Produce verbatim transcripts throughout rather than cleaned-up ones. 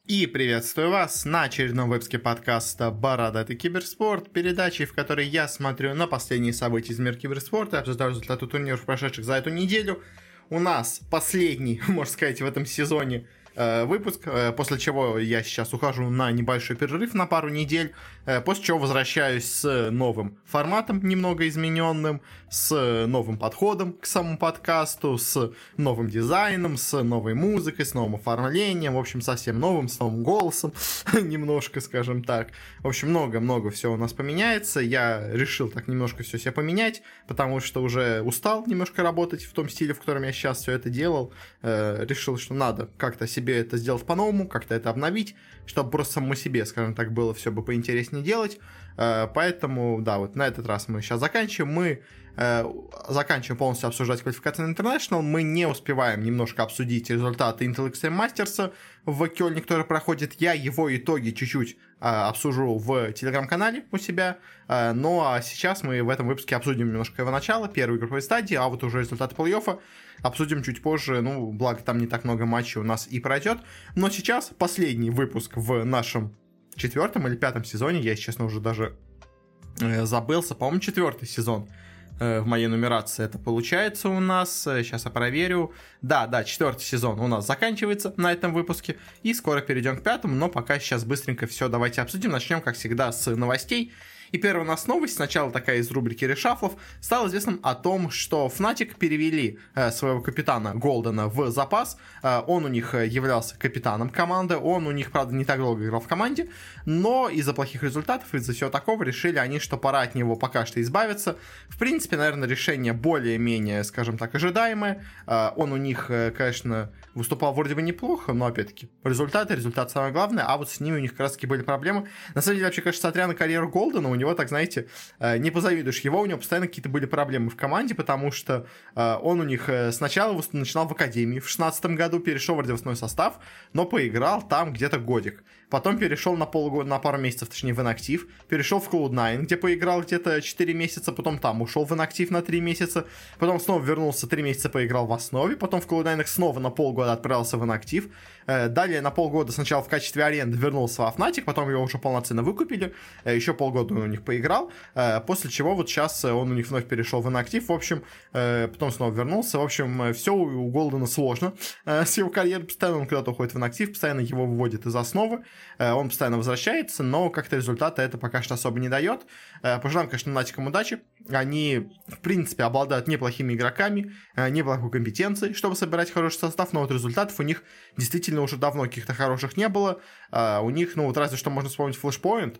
И приветствую вас на очередном выпуске подкаста «Бородатый киберспорт», передачи, в которой я смотрю на последние события из мира киберспорта и обсуждаю результаты турниров, прошедших за эту неделю. У нас последний, можно сказать, в этом сезоне выпуск, после чего я сейчас ухожу на небольшой перерыв на пару недель, после чего возвращаюсь с новым форматом, немного измененным, с новым подходом к самому подкасту, с новым дизайном, с новой музыкой, с новым оформлением, в общем, совсем новым, с новым голосом, немножко, скажем так. В общем, много-много все у нас поменяется. Я решил так немножко все себе поменять, потому что уже устал немножко работать в том стиле, в котором я сейчас все это делал. Решил, что надо как-то себе это сделать по-новому, как-то это обновить, чтобы просто самому себе, скажем так, было все бы поинтереснее делать. Поэтому, да, вот на этот раз мы сейчас заканчиваем. Мы заканчиваем полностью обсуждать квалификацию на International. Мы не успеваем немножко обсудить результаты Intel Extreme Masters в Кёльне, который проходит. Я его итоги чуть-чуть обсужу в телеграм-канале у себя. Ну а сейчас мы в этом выпуске обсудим немножко его начало, первой групповой стадии, а вот уже результаты плей-оффа обсудим чуть позже. Ну, благо там не так много матчей у нас и пройдет. Но сейчас последний выпуск в нашем четвертом или пятом сезоне. Я, честно, уже даже забылся. По-моему, четвертый сезон в моей нумерации это получается у нас. Сейчас я проверю. Да, да, четвертый сезон у нас заканчивается на этом выпуске. И скоро перейдем к пятому. Но пока сейчас быстренько все давайте обсудим. Начнем, как всегда, с новостей. И первая у нас новость, сначала такая из рубрики решафлов, стало известным о том, что Fnatic перевели э, своего капитана Голдена в запас. Э, он у них являлся капитаном команды, он у них, правда, не так долго играл в команде, но из-за плохих результатов, из-за всего такого, решили они, что пора от него пока что избавиться. В принципе, наверное, решение более-менее, скажем так, ожидаемое. Э, он у них, э, конечно, выступал вроде бы неплохо, но, опять-таки, результаты, результат самое главное, а вот с ними у них как раз-таки были проблемы. На самом деле, вообще, конечно, смотря на карьеру Голдена, у него, так знаете, не позавидуешь его, у него постоянно какие-то были проблемы в команде, потому что он у них сначала начинал в академии, в шестнадцатом году перешел в радиовостной состав, но поиграл там где-то годик. Потом перешел на полгода, на пару месяцев, точнее, в инактив, перешел в клауд найн, где поиграл где-то четыре месяца, потом там ушел в инактив на три месяца, потом снова вернулся, три месяца поиграл в основе, потом в клауд найн снова на полгода отправился в инактив, далее на полгода сначала в качестве аренды вернулся во Fnatic, потом его уже полноценно выкупили, еще полгода он у них поиграл, после чего вот сейчас он у них вновь перешел в инактив, в общем, потом снова вернулся, в общем, все у Голдена сложно с его карьерой, постоянно он куда-то уходит в инактив, постоянно его выводят из основы, он постоянно возвращается, но как-то результата это пока что особо не дает. Пожелаем, конечно, Натикам удачи. Они, в принципе, обладают неплохими игроками, неплохой компетенцией, чтобы собирать хороший состав, но вот результатов у них действительно уже давно каких-то хороших не было. У них, ну вот разве что можно вспомнить Flashpoint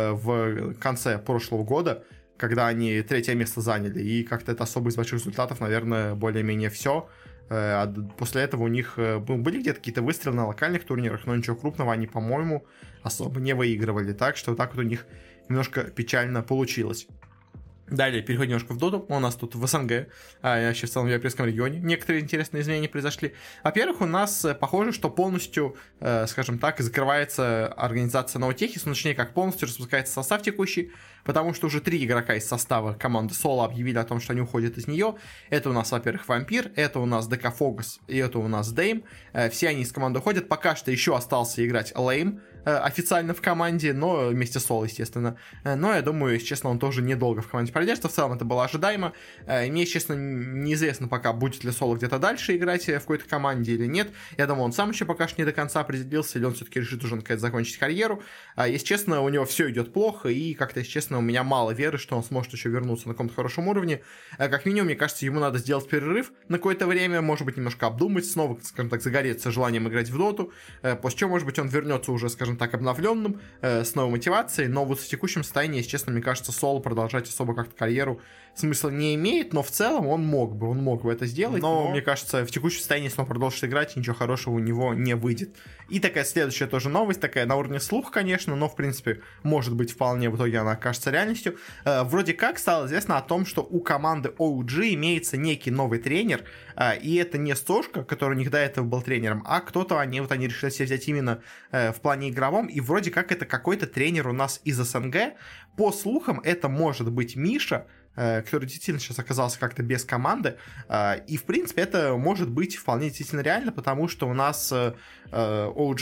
в конце прошлого года, когда они третье место заняли, и как-то это особо из больших результатов, наверное, более-менее все. После этого у них были где-то какие-то выстрелы на локальных турнирах, но ничего крупного они, по-моему, особо не выигрывали. Так что вот так вот у них немножко печально получилось. Далее переходим немножко в доту. У нас тут в СНГ, а еще в целом в европейском регионе, некоторые интересные изменения произошли. Во-первых, у нас похоже, что полностью, э, скажем так, закрывается организация Ноутехис, ну, точнее, как полностью распускается состав текущий, потому что уже три игрока из состава команды Соло объявили о том, что они уходят из нее. Это у нас, во-первых, Вампир, это у нас ДК Фогас и это у нас Дейм. Э, все они из команды уходят. Пока что еще остался играть Лейм э, официально в команде, но вместе с Соло, естественно. Э, но я думаю, если честно, он тоже недолго в команде продержится. В целом это было ожидаемо. Э, мне, честно, неизвестно пока, будет ли Соло где-то дальше играть в какой-то команде или нет. Я думаю, он сам еще пока что не до конца определился, или он все-таки решит уже наконец закончить карьеру. Э, если честно, у него все идет плохо, и как-то, если честно, у меня мало веры, что он сможет еще вернуться на каком-то хорошем уровне. Э, как минимум, мне кажется, ему надо сделать перерыв на какое-то время, может быть, немножко обдумать, снова, скажем так, загореться желанием играть в доту, э, после чего, может быть, он вернется уже, скажем так, обновленным, э, с новой мотивацией, но вот в текущем состоянии, если честно, мне кажется, Соло продолжать особо как-то карьеру смысла не имеет, но в целом он мог бы, он мог бы это сделать, но, но... мне кажется, в текущем состоянии, если он продолжит играть, ничего хорошего у него не выйдет. И такая следующая тоже новость, такая на уровне слух, конечно, но, в принципе, может быть, вполне в итоге она окажется реальностью. Э, вроде как стало известно о том, что у команды о джи имеется некий новый тренер, э, и это не Сошка, который у них до этого был тренером, а кто-то, они вот они решили себе взять именно э, в плане игровом, и вроде как это какой-то тренер у нас из СНГ. По слухам, это может быть Миша, который действительно сейчас оказался как-то без команды, и, в принципе, это может быть вполне действительно реально, потому что у нас о джи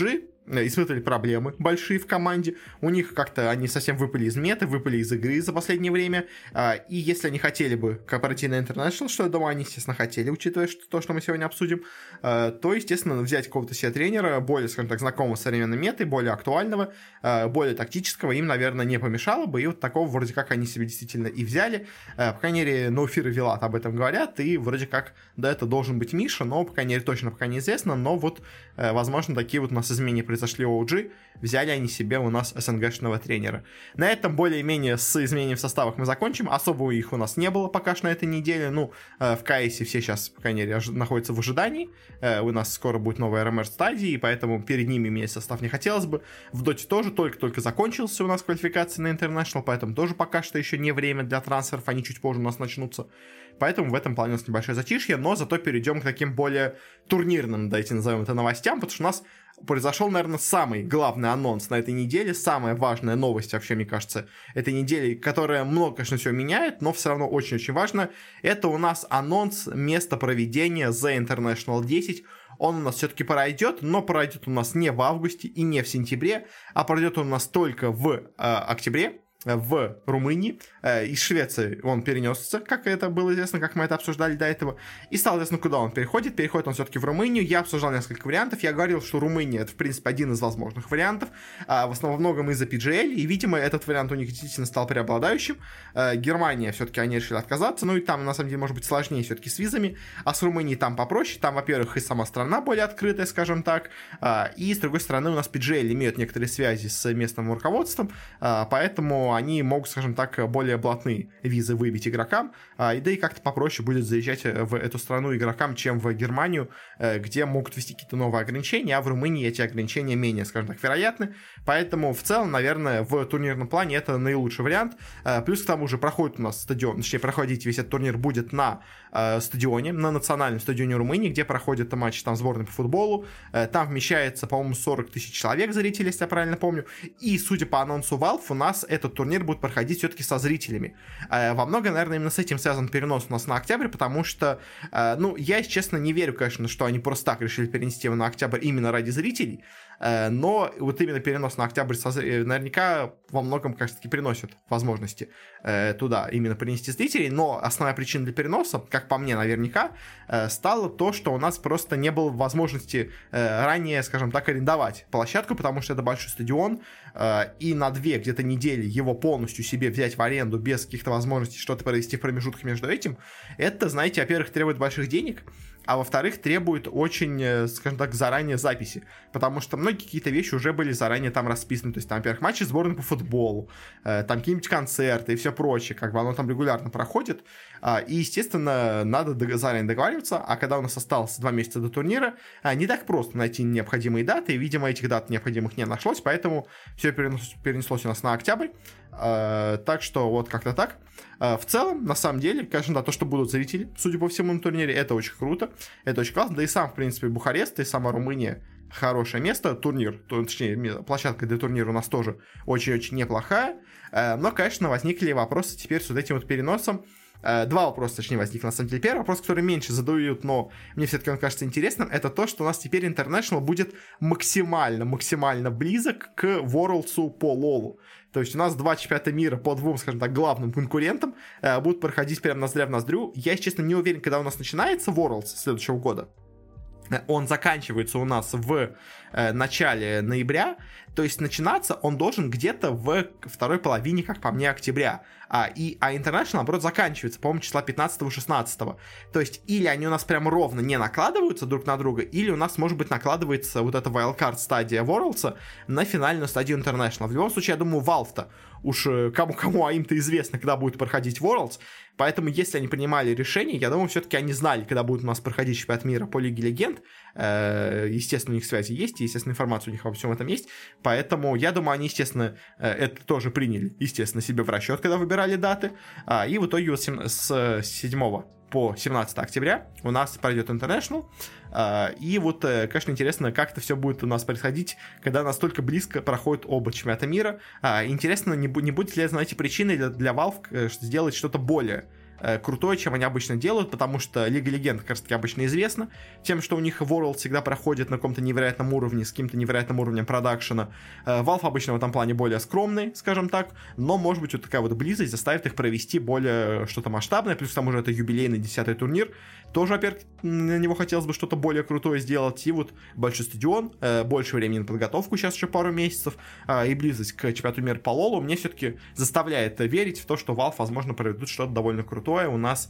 испытывали проблемы большие в команде, у них как-то они совсем выпали из меты, выпали из игры за последнее время, и если они хотели бы корпоративный International, что я думаю, они, естественно, хотели, учитывая что, то, что мы сегодня обсудим, то, естественно, взять какого-то себе тренера, более, скажем так, знакомого с современной метой, более актуального, более тактического, им, наверное, не помешало бы, и вот такого вроде как они себе действительно и взяли, по крайней мере, Ноуфир и Вилат об этом говорят, и вроде как, да, это должен быть Миша, но, по крайней мере, точно пока неизвестно, но вот, возможно, такие вот у нас изменения произошли у о джи, взяли они себе у нас СНГшного тренера. На этом более-менее с изменением в составах мы закончим. Особо их у нас не было пока что на этой неделе. Ну, в КСе все сейчас, по крайней мере, находятся в ожидании. У нас скоро будет новая эр эм эр стадия, и поэтому перед ними иметь состав не хотелось бы. В Доте тоже только-только закончился у нас квалификация на International, поэтому тоже пока что еще не время для трансферов, они чуть позже у нас начнутся. Поэтому в этом плане у нас небольшое затишье, но зато перейдем к таким более турнирным, давайте назовем это, новостям, потому что у нас произошел, наверное, самый главный анонс на этой неделе, самая важная новость, вообще, мне кажется, этой недели, которая много, конечно, всего меняет, но все равно очень-очень важно. Это у нас анонс места проведения The International десять. Он у нас все-таки пройдет, но пройдет у нас не в августе и не в сентябре, а пройдет он у нас только в э, октябре. В Румынии, э, из Швеции он перенесся, как это было известно, как мы это обсуждали до этого, и стало известно, куда он переходит. Переходит он все-таки в Румынию. Я обсуждал несколько вариантов, я говорил, что Румыния это, в принципе, один из возможных вариантов, э, в основном во многом из-за пи джи эл, и, видимо, этот вариант у них действительно стал преобладающим. Э, Германия, все-таки они решили отказаться, ну и там, на самом деле, может быть сложнее все-таки с визами, а с Румынией там попроще, там, во-первых, и сама страна более открытая, скажем так, э, и, с другой стороны, у нас пи джи эл имеют некоторые связи с местным руководством, э, поэтому они могут, скажем так, более блатные визы выбить игрокам, а, и да и как-то попроще будет заезжать в эту страну игрокам, чем в Германию, где могут ввести какие-то новые ограничения, а в Румынии эти ограничения менее, скажем так, вероятны. Поэтому в целом, наверное, в турнирном плане это наилучший вариант. Плюс к тому же проходит у нас стадион, точнее, проходить весь этот турнир будет на э, стадионе, на национальном стадионе Румынии, где проходит матч там сборной по футболу. Э, там вмещается, по-моему, сорок тысяч человек зрителей, если я правильно помню. И, судя по анонсу Valve, у нас этот турнир будет проходить все-таки со зрителями. Э, во многом, наверное, именно с этим связан перенос у нас на октябрь, потому что, э, ну, я, если честно, не верю, конечно, что они просто так решили перенести его на октябрь именно ради зрителей, э, но вот именно перенос на октябрь со, наверняка во многом, кажется, таки приносит возможности э, туда именно принести зрителей, но основная причина для переноса, как по мне, наверняка, э, стало то, что у нас просто не было возможности э, ранее, скажем так, арендовать площадку, потому что это большой стадион, э, и на две где-то недели его полностью себе взять в аренду без каких-то возможностей что-то провести в промежутках между этим, это, знаете, во-первых, требует больших денег, а во-вторых, требует очень, скажем так, заранее записи, потому что многие какие-то вещи уже были заранее там расписаны, то есть там, во-первых, матчи сборной по футболу, э, там какие-нибудь концерты и все прочее, как бы оно там регулярно проходит, э, и, естественно, надо дог- заранее договариваться, а когда у нас осталось два месяца до турнира, э, не так просто найти необходимые даты, и, видимо, этих дат необходимых не нашлось, поэтому все перенес- перенеслось у нас на октябрь, э, так что вот как-то так. В целом, на самом деле, конечно, да, то, что будут зрители, судя по всему, на турнире, это очень круто, это очень классно, да и сам, в принципе, Бухарест, и сама Румыния хорошее место, турнир, то, точнее, площадка для турнира у нас тоже очень-очень неплохая, но, конечно, возникли вопросы теперь с вот этим вот переносом. Два вопроса, точнее, возникли, на самом деле. Первый вопрос, который меньше задают, но мне все-таки он кажется интересным, это то, что у нас теперь International будет максимально-максимально близок к Worlds'у по лолу. То есть у нас два чемпионата мира по двум, скажем так, главным конкурентам э, будут проходить прямо ноздря в ноздрю. Я, если честно, не уверен, когда у нас начинается Worlds следующего года. Он заканчивается у нас в э, начале ноября, то есть начинаться он должен где-то в второй половине, как по мне, октября. А, и, а International, наоборот, заканчивается, по-моему, числа пятнадцатого-шестнадцатого. То есть или они у нас прям ровно не накладываются друг на друга, или у нас, может быть, накладывается вот эта wildcard стадия Worlds на финальную стадию International. В любом случае, я думаю, Valve-то уж кому-кому, а им-то известно, когда будет проходить Worlds, поэтому если они принимали решение, я думаю, все-таки они знали, когда будет у нас проходить чемпионат мира по Лиге Легенд, естественно, у них связи есть, естественно, информация у них во всем этом есть, поэтому я думаю, они, естественно, это тоже приняли, естественно, себе в расчет, когда выбирали даты, и в итоге с седьмого по семнадцатое октября у нас пройдет International. И вот, конечно, интересно, как это все будет у нас происходить, когда настолько близко проходят оба чемпионата мира. Интересно, не будет ли, знаете, причиной для Valve сделать что-то более э, крутой, чем они обычно делают, потому что Лига Легенд, как раз таки, обычно известна тем, что у них World всегда проходит на каком-то невероятном уровне, с каким-то невероятным уровнем продакшена. Э, Valve обычно в этом плане более скромный, скажем так, но, может быть, вот такая вот близость заставит их провести более что-то масштабное, плюс к тому же это юбилейный десятый турнир, тоже, во-первых, на него хотелось бы что-то более крутое сделать, и вот большой стадион, э, больше времени на подготовку, сейчас еще пару месяцев, э, и близость к чемпионату мира по лолу мне все-таки заставляет верить в то, что Valve, возможно, проведут что-то довольно крутое у нас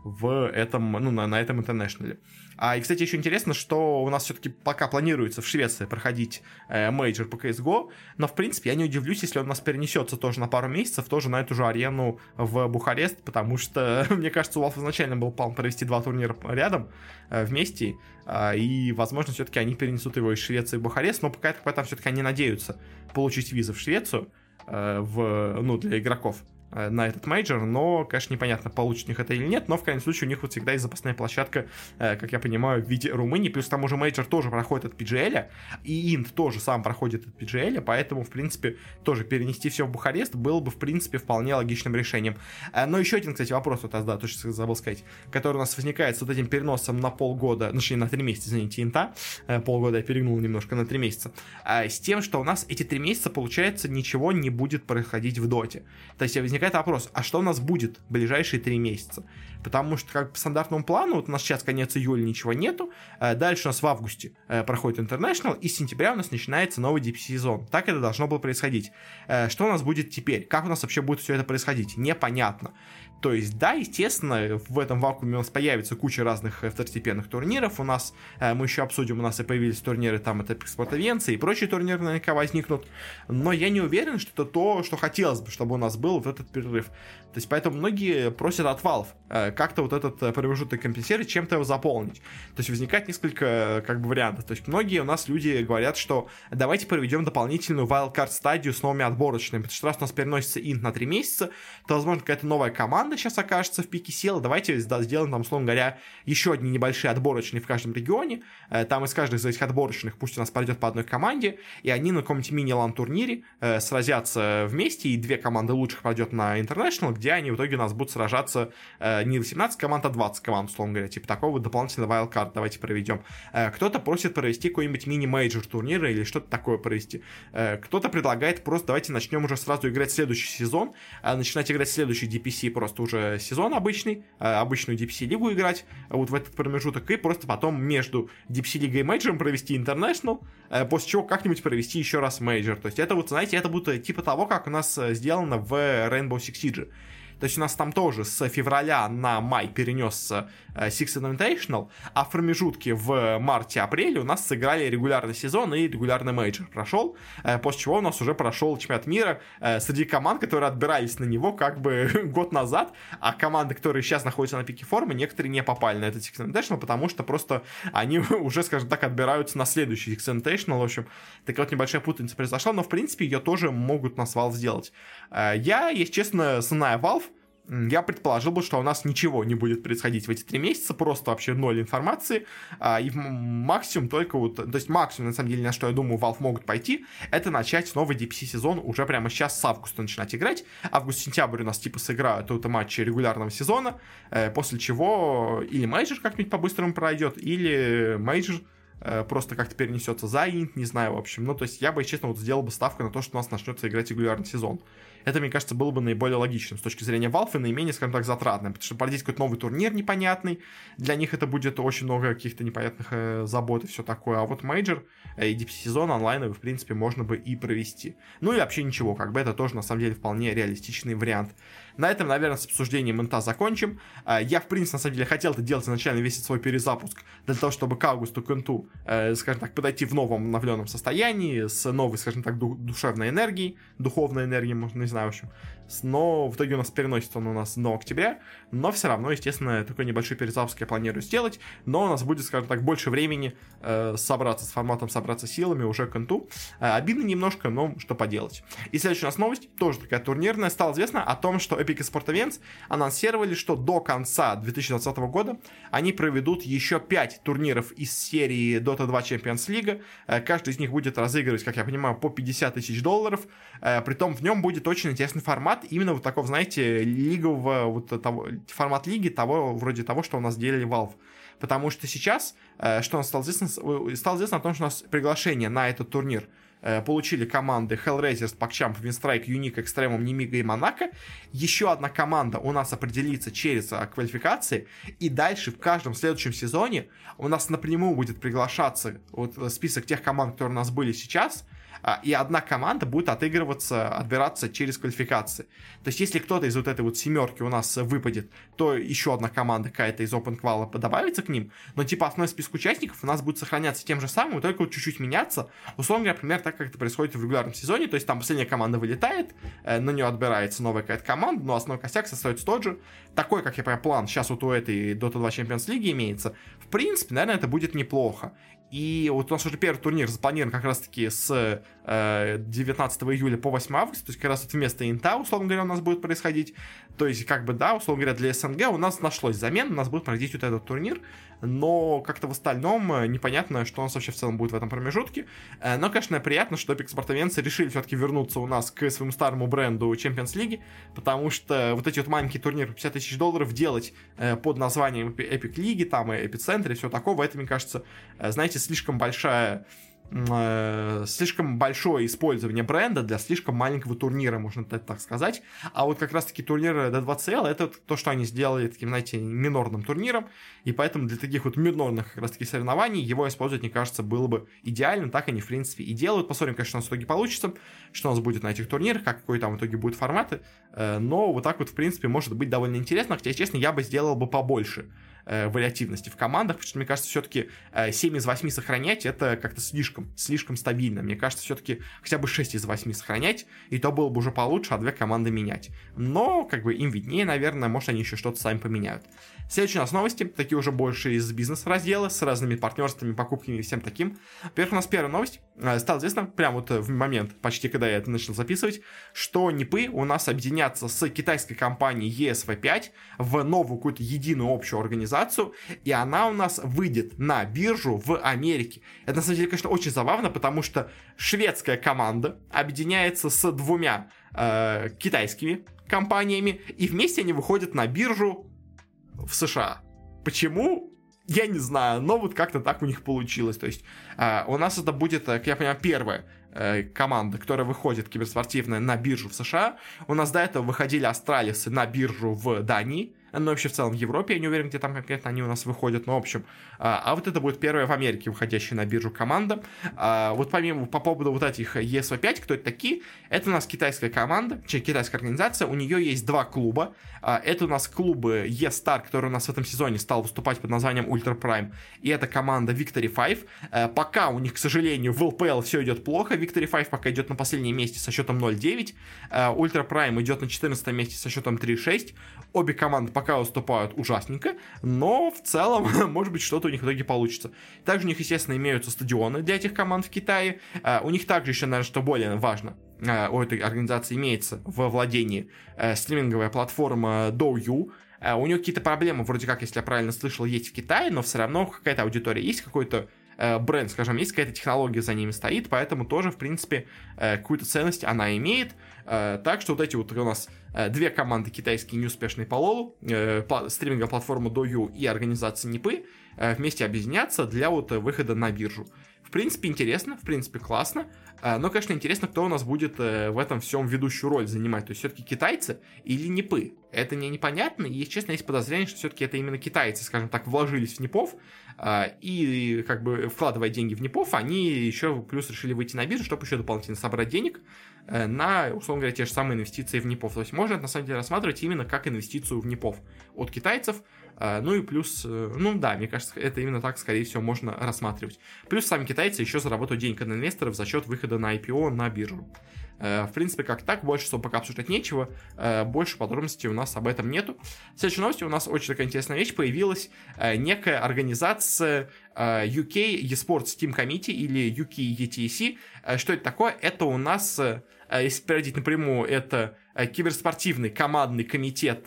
в этом, ну, на, на этом интернешнале. А, и, кстати, еще интересно, что у нас все-таки пока планируется в Швеции проходить э, мейджор по си эс го, но, в принципе, я не удивлюсь, если он у нас перенесется тоже на пару месяцев, тоже на эту же арену в Бухарест, потому что, мне кажется, у Valve изначально был план провести два турнира рядом, э, вместе, э, и, возможно, все-таки они перенесут его из Швеции в Бухарест, но пока это там все-таки они надеются получить визы в Швецию, э, в, ну, для игроков на этот мейджор, но, конечно, непонятно, получит у них это или нет, но в крайнем случае у них вот всегда есть запасная площадка, как я понимаю, в виде Румынии, плюс к тому же мейджор тоже проходит от пи джи эл, и Инт тоже сам проходит от пи джи эл, поэтому, в принципе, тоже перенести все в Бухарест было бы, в принципе, вполне логичным решением. Но еще один, кстати, вопрос, вот, да, точно забыл сказать, который у нас возникает с вот этим переносом на полгода, ну, точнее, на три месяца, извините, Инта, полгода я перегнул немножко на три месяца, с тем, что у нас эти три месяца, получается, ничего не будет происходить в доте. То есть возникает вопрос, а что у нас будет в ближайшие три месяца? Потому что, как по стандартному плану, вот у нас сейчас конец июля, ничего нету, дальше у нас в августе проходит International, и с сентября у нас начинается новый ди пи си-сезон. Так это должно было происходить. Что у нас будет теперь? Как у нас вообще будет все это происходить? Непонятно. То есть, да, естественно, в этом вакууме у нас появится куча разных второстепенных турниров, у нас, мы еще обсудим, у нас и появились турниры, там, это Epic Sport Events, и прочие турниры наверняка возникнут, но я не уверен, что это то, что хотелось бы, чтобы у нас был в этот перерыв. То есть, поэтому многие просят от Valve как-то вот этот промежуток компенсировать, чем-то его заполнить. То есть, возникает несколько, как бы, вариантов. То есть, многие у нас люди говорят, что давайте проведем дополнительную wildcard стадию с новыми отборочными, потому что раз у нас переносится Инт на три месяца, то, возможно, какая-то новая команда сейчас окажется в пике сил, давайте сделаем там, условно говоря, еще одни небольшие отборочные в каждом регионе, там из каждых из этих отборочных пусть у нас пройдет по одной команде, и они на каком-нибудь мини-лан-турнире э, сразятся вместе, и две команды лучших пройдет на International, где они в итоге у нас будут сражаться э, не восемнадцать команд, а двадцать команд, условно говоря, типа такого дополнительного wildcard давайте проведем. Э, кто-то просит провести какой-нибудь мини-мейджор турнира или что-то такое провести. Э, кто-то предлагает просто давайте начнем уже сразу играть следующий сезон, э, начинать играть следующий ди пи си просто уже сезон обычный, обычную ди пи си-лигу играть вот в этот промежуток, и просто потом между ди пи си-лигой и мейджором провести International, после чего как-нибудь провести еще раз мейджор. То есть это вот, знаете, это будет типа того, как у нас сделано в Rainbow Six Siege. То есть у нас там тоже с февраля на май перенесся Six Invitational, а в промежутке в марте-апреле у нас сыграли регулярный сезон и регулярный мейджор прошел, после чего у нас уже прошел чемпионат мира среди команд, которые отбирались на него как бы год назад, а команды, которые сейчас находятся на пике формы, некоторые не попали на этот Six Invitational, потому что просто они уже, скажем так, отбираются на следующий Six Invitational. В общем, такая вот небольшая путаница произошла, но в принципе ее тоже могут на Valve сделать. Я, если честно, зная Valve, я предположил бы, что у нас ничего не будет происходить в эти три месяца, просто вообще ноль информации, а, и максимум только вот, то есть максимум, на самом деле, на что я думаю, Valve могут пойти, это начать новый ди пи си-сезон уже прямо сейчас с августа начинать играть. Август-сентябрь у нас типа сыграют это матчи регулярного сезона, э, после чего или мейджор как-нибудь по-быстрому пройдет, или мейджор э, просто как-то перенесется за Инт, не знаю, в общем. Ну, то есть я бы, честно, вот сделал бы ставку на то, что у нас начнется играть регулярный сезон. Это, мне кажется, было бы наиболее логичным с точки зрения Valve и наименее, скажем так, затратным, потому что породить какой-то новый турнир непонятный, для них это будет очень много каких-то непонятных э, забот и все такое, а вот мейджор э, и ди пи си-сезон онлайновый, в принципе, можно бы и провести. Ну и вообще ничего, как бы это тоже, на самом деле, вполне реалистичный вариант. На этом, наверное, с обсуждением Инта закончим. Э, я, в принципе, на самом деле, хотел это делать изначально весь свой перезапуск, для того, чтобы к августу, к Инту, э, скажем так, подойти в новом обновленном состоянии, с новой, скажем так, ду- душевной энергией, духовной энергией, можно, не знаю, в общем. Но в итоге у нас переносится он у нас до октября, но все равно, естественно, такой небольшой перезапуск я планирую сделать, но у нас будет, скажем так, больше времени э, собраться с форматом, собраться силами уже к Инту. Э, обидно немножко, но что поделать. И следующая у нас новость, тоже такая турнирная, стало известно о том, что Epic Sport Events анонсировали, что до конца две тысячи двадцатого года они проведут еще пять турниров из серии Дота два Champions League. Каждый из них будет разыгрывать, как я понимаю, по пятьдесят тысяч долларов. Притом в нем будет очень интересный формат, именно вот такого, знаете, лигового, вот того, формат лиги, того, вроде того, что у нас делали Valve. Потому что сейчас, что у нас стало известно, стало известно о том, что у нас приглашение на этот турнир получили команды Hellraisers, PogChamp, Winstrike, Unique, Extremum, Nemiga и Monaco. Еще одна команда у нас определится через квалификации, и дальше в каждом следующем сезоне у нас напрямую будет приглашаться вот список тех команд, которые у нас были сейчас, и одна команда будет отыгрываться, отбираться через квалификации. То есть, если кто-то из вот этой вот семерки у нас выпадет, то еще одна команда какая-то из Open Qual добавится к ним, но типа основной список участников у нас будет сохраняться тем же самым, только вот чуть-чуть меняться. Условно говоря, например, так, как это происходит в регулярном сезоне, то есть там последняя команда вылетает, на нее отбирается новая какая-то команда, но основной костяк остается тот же. Такой, как я понимаю, план сейчас вот у этой Дота два Champions League имеется. В принципе, наверное, это будет неплохо. И вот у нас уже первый турнир запланирован как раз-таки с э, девятнадцатого июля по восьмого августа, то есть как раз вот вместо Инта, условно говоря, у нас будет происходить. То есть, как бы, да, условно говоря, для СНГ у нас нашлось замен, у нас будет проходить вот этот турнир, но как-то в остальном непонятно, что у нас вообще в целом будет в этом промежутке. Но, конечно, приятно, что Epic спортовенцы решили все-таки вернуться у нас к своему старому бренду Champions League, потому что вот эти вот маленькие турниры по пятьдесят тысяч долларов делать под названием Epic League, там и Эпицентр и все такого, это, мне кажется, знаете, слишком большая... слишком большое использование бренда для слишком маленького турнира, можно так сказать. А вот как раз-таки турнир ди два си эл это то, что они сделали таким, знаете, минорным турниром, и поэтому для таких вот минорных как раз-таки соревнований его использовать, мне кажется, было бы идеально. Так они, в принципе, и делают. Посмотрим, конечно, что у нас в итоге получится, что у нас будет на этих турнирах, как какой там в итоге будут форматы. Но вот так вот, в принципе, может быть довольно интересно. Хотя, честно, я бы сделал бы побольше вариативности в командах, потому что, мне кажется, все-таки семь из восьми сохранять это как-то слишком, слишком стабильно. Мне кажется, все-таки хотя бы шесть из восьми сохранять, и то было бы уже получше, а две команды менять. Но, как бы, им виднее, наверное, может, они еще что-то сами поменяют. Следующие у нас новости, такие уже больше из бизнес-раздела, с разными партнерствами, покупками и всем таким. Во-первых, у нас первая новость. Стало известно, прямо вот в момент, почти когда я это начал записывать, что НИПы у нас объединятся с китайской компанией и эс ви пять в новую какую-то единую общую организацию, и она у нас выйдет на биржу в Америке. Это, на самом деле, конечно, очень забавно, потому что шведская команда объединяется с двумя э, китайскими компаниями, и вместе они выходят на биржу в США. Почему? Я не знаю, но вот как-то так у них получилось. То есть э, у нас это будет, как я понимаю, первая э, команда, которая выходит киберспортивная на биржу в США. У нас до этого выходили астралисы на биржу в Дании, но вообще в целом в Европе, я не уверен, где там конкретно они у нас выходят, но в общем. А, а вот это будет первая в Америке выходящая на биржу команда. А, вот помимо, по поводу вот этих и эс ви пять, кто это такие? Это у нас китайская команда, китайская организация, у нее есть два клуба. А, это у нас клубы E-Star, который у нас в этом сезоне стал выступать под названием Ultra Prime, и это команда Victory пять. А, пока у них, к сожалению, в эл пи эл все идет плохо, Victory пять пока идет на последнем месте со счетом ноль девять, а, Ultra Prime идет на четырнадцатом месте со счетом три шесть. Обе команды пока уступают ужасненько, но в целом, может быть, что-то у них в итоге получится. Также у них, естественно, имеются стадионы для этих команд в Китае. Uh, у них также еще, наверное, что более важно, uh, у этой организации имеется во владении uh, стриминговая платформа Douyu. Uh, у нее какие-то проблемы, вроде как, если я правильно слышал, есть в Китае, но все равно какая-то аудитория есть, какой-то бренд, скажем, есть какая-то технология за ними стоит, поэтому тоже, в принципе, какую-то ценность она имеет. Так что вот эти вот у нас две команды китайские неуспешные по лолу, стриминговая платформа Douyu и организация НИПы вместе объединятся для вот выхода на биржу. В принципе, интересно, в принципе, классно, но, конечно, интересно, кто у нас будет в этом всем ведущую роль занимать, то есть все-таки китайцы или НИПы. Это мне непонятно, и, честно, есть подозрение, что все-таки это именно китайцы, скажем так, вложились в НИПов, и, как бы, вкладывая деньги в НИПов, они еще плюс решили выйти на биржу, чтобы еще дополнительно собрать денег на, условно говоря, те же самые инвестиции в НИПов. То есть можно это, на самом деле, рассматривать именно как инвестицию в НИПов от китайцев. Ну и плюс, ну да, мне кажется, это именно так, скорее всего, можно рассматривать. Плюс сами китайцы еще заработают денег от инвесторов за счет выхода на ай пи о на биржу. В принципе, как так, больше всего пока обсуждать нечего, больше подробностей у нас об этом нету. В следующей новости у нас очень такая интересная вещь, появилась некая организация ю кей eSports Team Committee или ю кей и ти си. Что это такое? Это у нас, если переводить напрямую, это киберспортивный командный комитет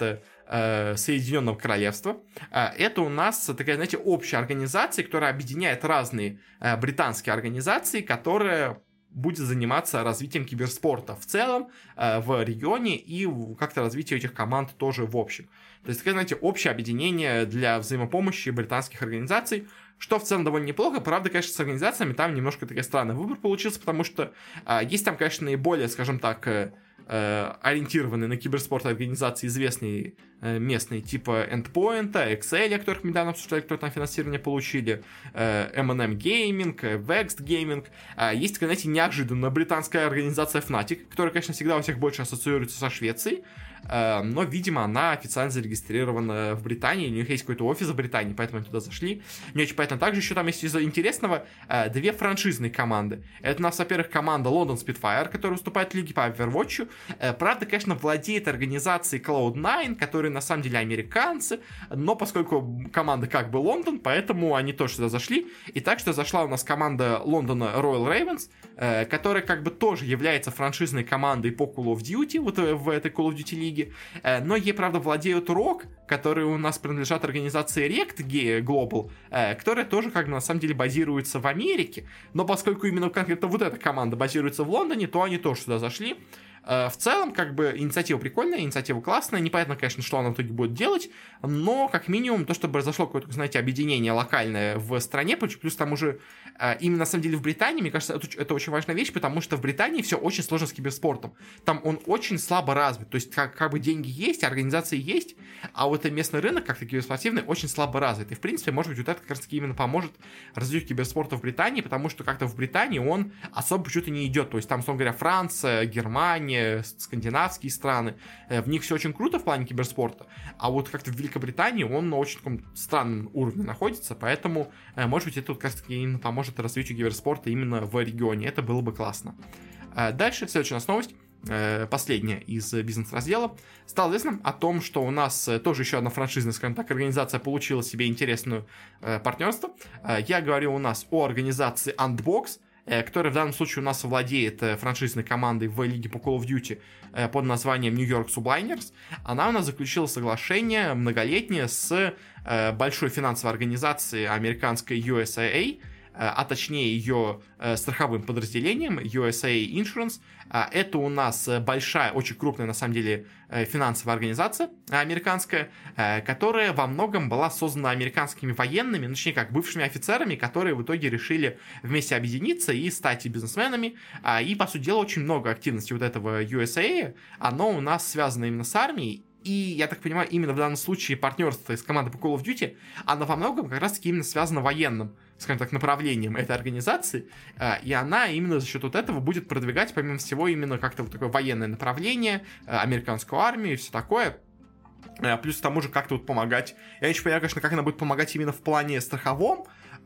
э, Соединенного Королевства. Э, это у нас такая, знаете, общая организация, которая объединяет разные э, британские организации, которые будет заниматься развитием киберспорта в целом э, в регионе и как-то развитие этих команд тоже в общем. То есть, такое, знаете, общее объединение для взаимопомощи британских организаций, что в целом довольно неплохо. Правда, конечно, с организациями там немножко такой странный выбор получился, потому что э, есть там, конечно, наиболее, скажем так, э, э, ориентированные на киберспорт организации, известные э, местные, типа Endpoint, икс эл, о которых мы недавно обсуждали, кто там финансирование получили, э, эм энд эм Gaming, э, Vext Gaming. Э, есть такая, знаете, неожиданная британская организация Fnatic, которая, конечно, всегда у всех больше ассоциируется со Швецией, но, видимо, она официально зарегистрирована в Британии, у них есть какой-то офис в Британии, поэтому они туда зашли. Не очень понятно. Также еще там есть из интересного две франшизные команды. Это у нас, во-первых, команда London Spitfire, которая выступает в лиге по Overwatch. Правда, конечно, владеет организацией клауд найн, которые на самом деле американцы, но поскольку команда как бы Лондон, поэтому они тоже сюда зашли. И так что зашла у нас команда Лондона Royal Ravens, которая как бы тоже является франшизной командой по Call of Duty, вот в этой Call of Duty лиге. Но ей, правда, владеют рок, которые у нас принадлежат организации Rect Global, которая тоже, как бы, на самом деле базируется в Америке. Но поскольку именно конкретно вот эта команда базируется в Лондоне, то они тоже сюда зашли. В целом, как бы, инициатива прикольная, инициатива классная. Непонятно, конечно, что она в итоге будет делать, но, как минимум, то, что произошло какое-то, знаете, объединение локальное в стране, плюс там уже именно, на самом деле, в Британии, мне кажется, это, это очень важная вещь, потому что в Британии все очень сложно с киберспортом. Там он очень слабо развит, то есть, как, как бы, деньги есть, организации есть, а вот местный рынок, как-то киберспортивный, очень слабо развит. И, в принципе, может быть, вот это как раз-таки именно поможет развитию киберспорта в Британии, потому что как-то в Британии он особо почему-то не идет. То есть, там, условно говоря, Франция, Германия, скандинавские страны, в них все очень круто в плане киберспорта, а вот как-то в Великобритании он на очень таком странном уровне находится, поэтому, может быть, это вот как раз таки именно поможет развитию киберспорта именно в регионе, это было бы классно. Дальше, следующая у нас новость, последняя из бизнес-раздела. Стало известно о том, что у нас тоже еще одна франшизная, скажем так, организация получила себе интересное партнерство. Я говорю у нас о организации Antbox, которая в данном случае у нас владеет франшизной командой в лиге по Call of Duty под названием New York Subliners. Она у нас заключила соглашение многолетнее с большой финансовой организацией американской ю эс эй эй, а точнее ее страховым подразделением ю эс эй Insurance. Это у нас большая, очень крупная, на самом деле, финансовая организация американская, которая во многом была создана американскими военными, ну, точнее как, бывшими офицерами, которые в итоге решили вместе объединиться и стать бизнесменами. И, по сути дела, очень много активности вот этого ю эс эй, оно у нас связано именно с армией. И, я так понимаю, именно в данном случае партнерство с командой по Call of Duty, оно во многом как раз-таки именно связано военным, скажем так, направлением этой организации, и она именно за счет вот этого будет продвигать, помимо всего, именно как-то вот такое военное направление, американскую армию и все такое. Плюс к тому же как-то вот помогать. Я не очень понимаю, конечно, как она будет помогать именно в плане страховом,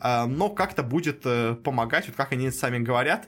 но как-то будет помогать, вот как они сами говорят,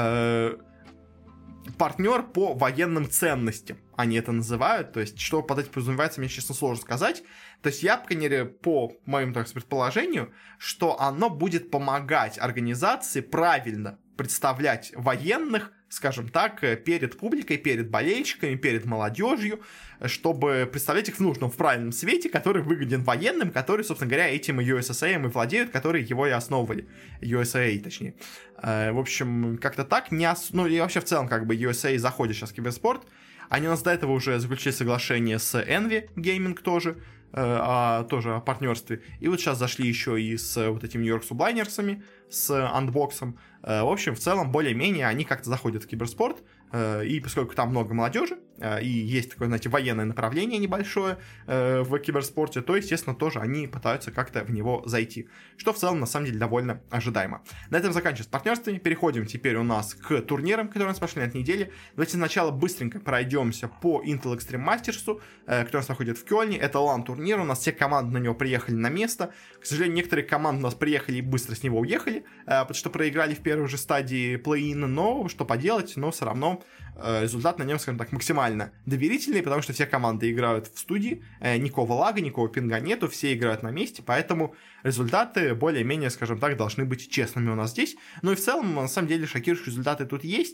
партнер по военным ценностям, они это называют, то есть, что под этим подразумевается, мне, честно, сложно сказать. То есть, я, по крайней мере, по моему, так сказать, предположению, что оно будет помогать организации правильно представлять военных, скажем так, перед публикой, перед болельщиками, перед молодежью, чтобы представлять их в нужном, в правильном свете, который выгоден военным, которые, собственно говоря, этим ю эс эй и владеют, которые его и основывали. ю эс эй, точнее. В общем, как-то так. Не ос... Ну, и вообще, в целом, как бы, ю эс эй заходит сейчас в киберспорт. Они у нас до этого уже заключили соглашение с Envy Gaming тоже, а, тоже о партнерстве. И вот сейчас зашли еще и с вот этими New York Subliners, с Antbox. В общем, в целом, более-менее они как-то заходят в киберспорт. И поскольку там много молодежи, и есть такое, знаете, военное направление небольшое в киберспорте, то, естественно, тоже они пытаются как-то в него зайти. Что в целом, на самом деле, довольно ожидаемо. На этом заканчиваем с партнерствами. Переходим теперь у нас к турнирам, которые у нас пошли на этой неделе. Давайте сначала быстренько пройдемся по Intel Extreme Masters, который у нас находит в Кёльне. Это лан-турнир, у нас все команды на него приехали на место. К сожалению, некоторые команды у нас приехали и быстро с него уехали, потому что проиграли в первой же стадии плей-ина, но что поделать, но все равно результат на нем, скажем так, максимально доверительный, потому что все команды играют в студии, никакого лага, никакого пинга нету, все играют на месте, поэтому результаты более-менее, скажем так, должны быть честными у нас здесь. Ну и в целом, на самом деле, шокирующие результаты тут есть.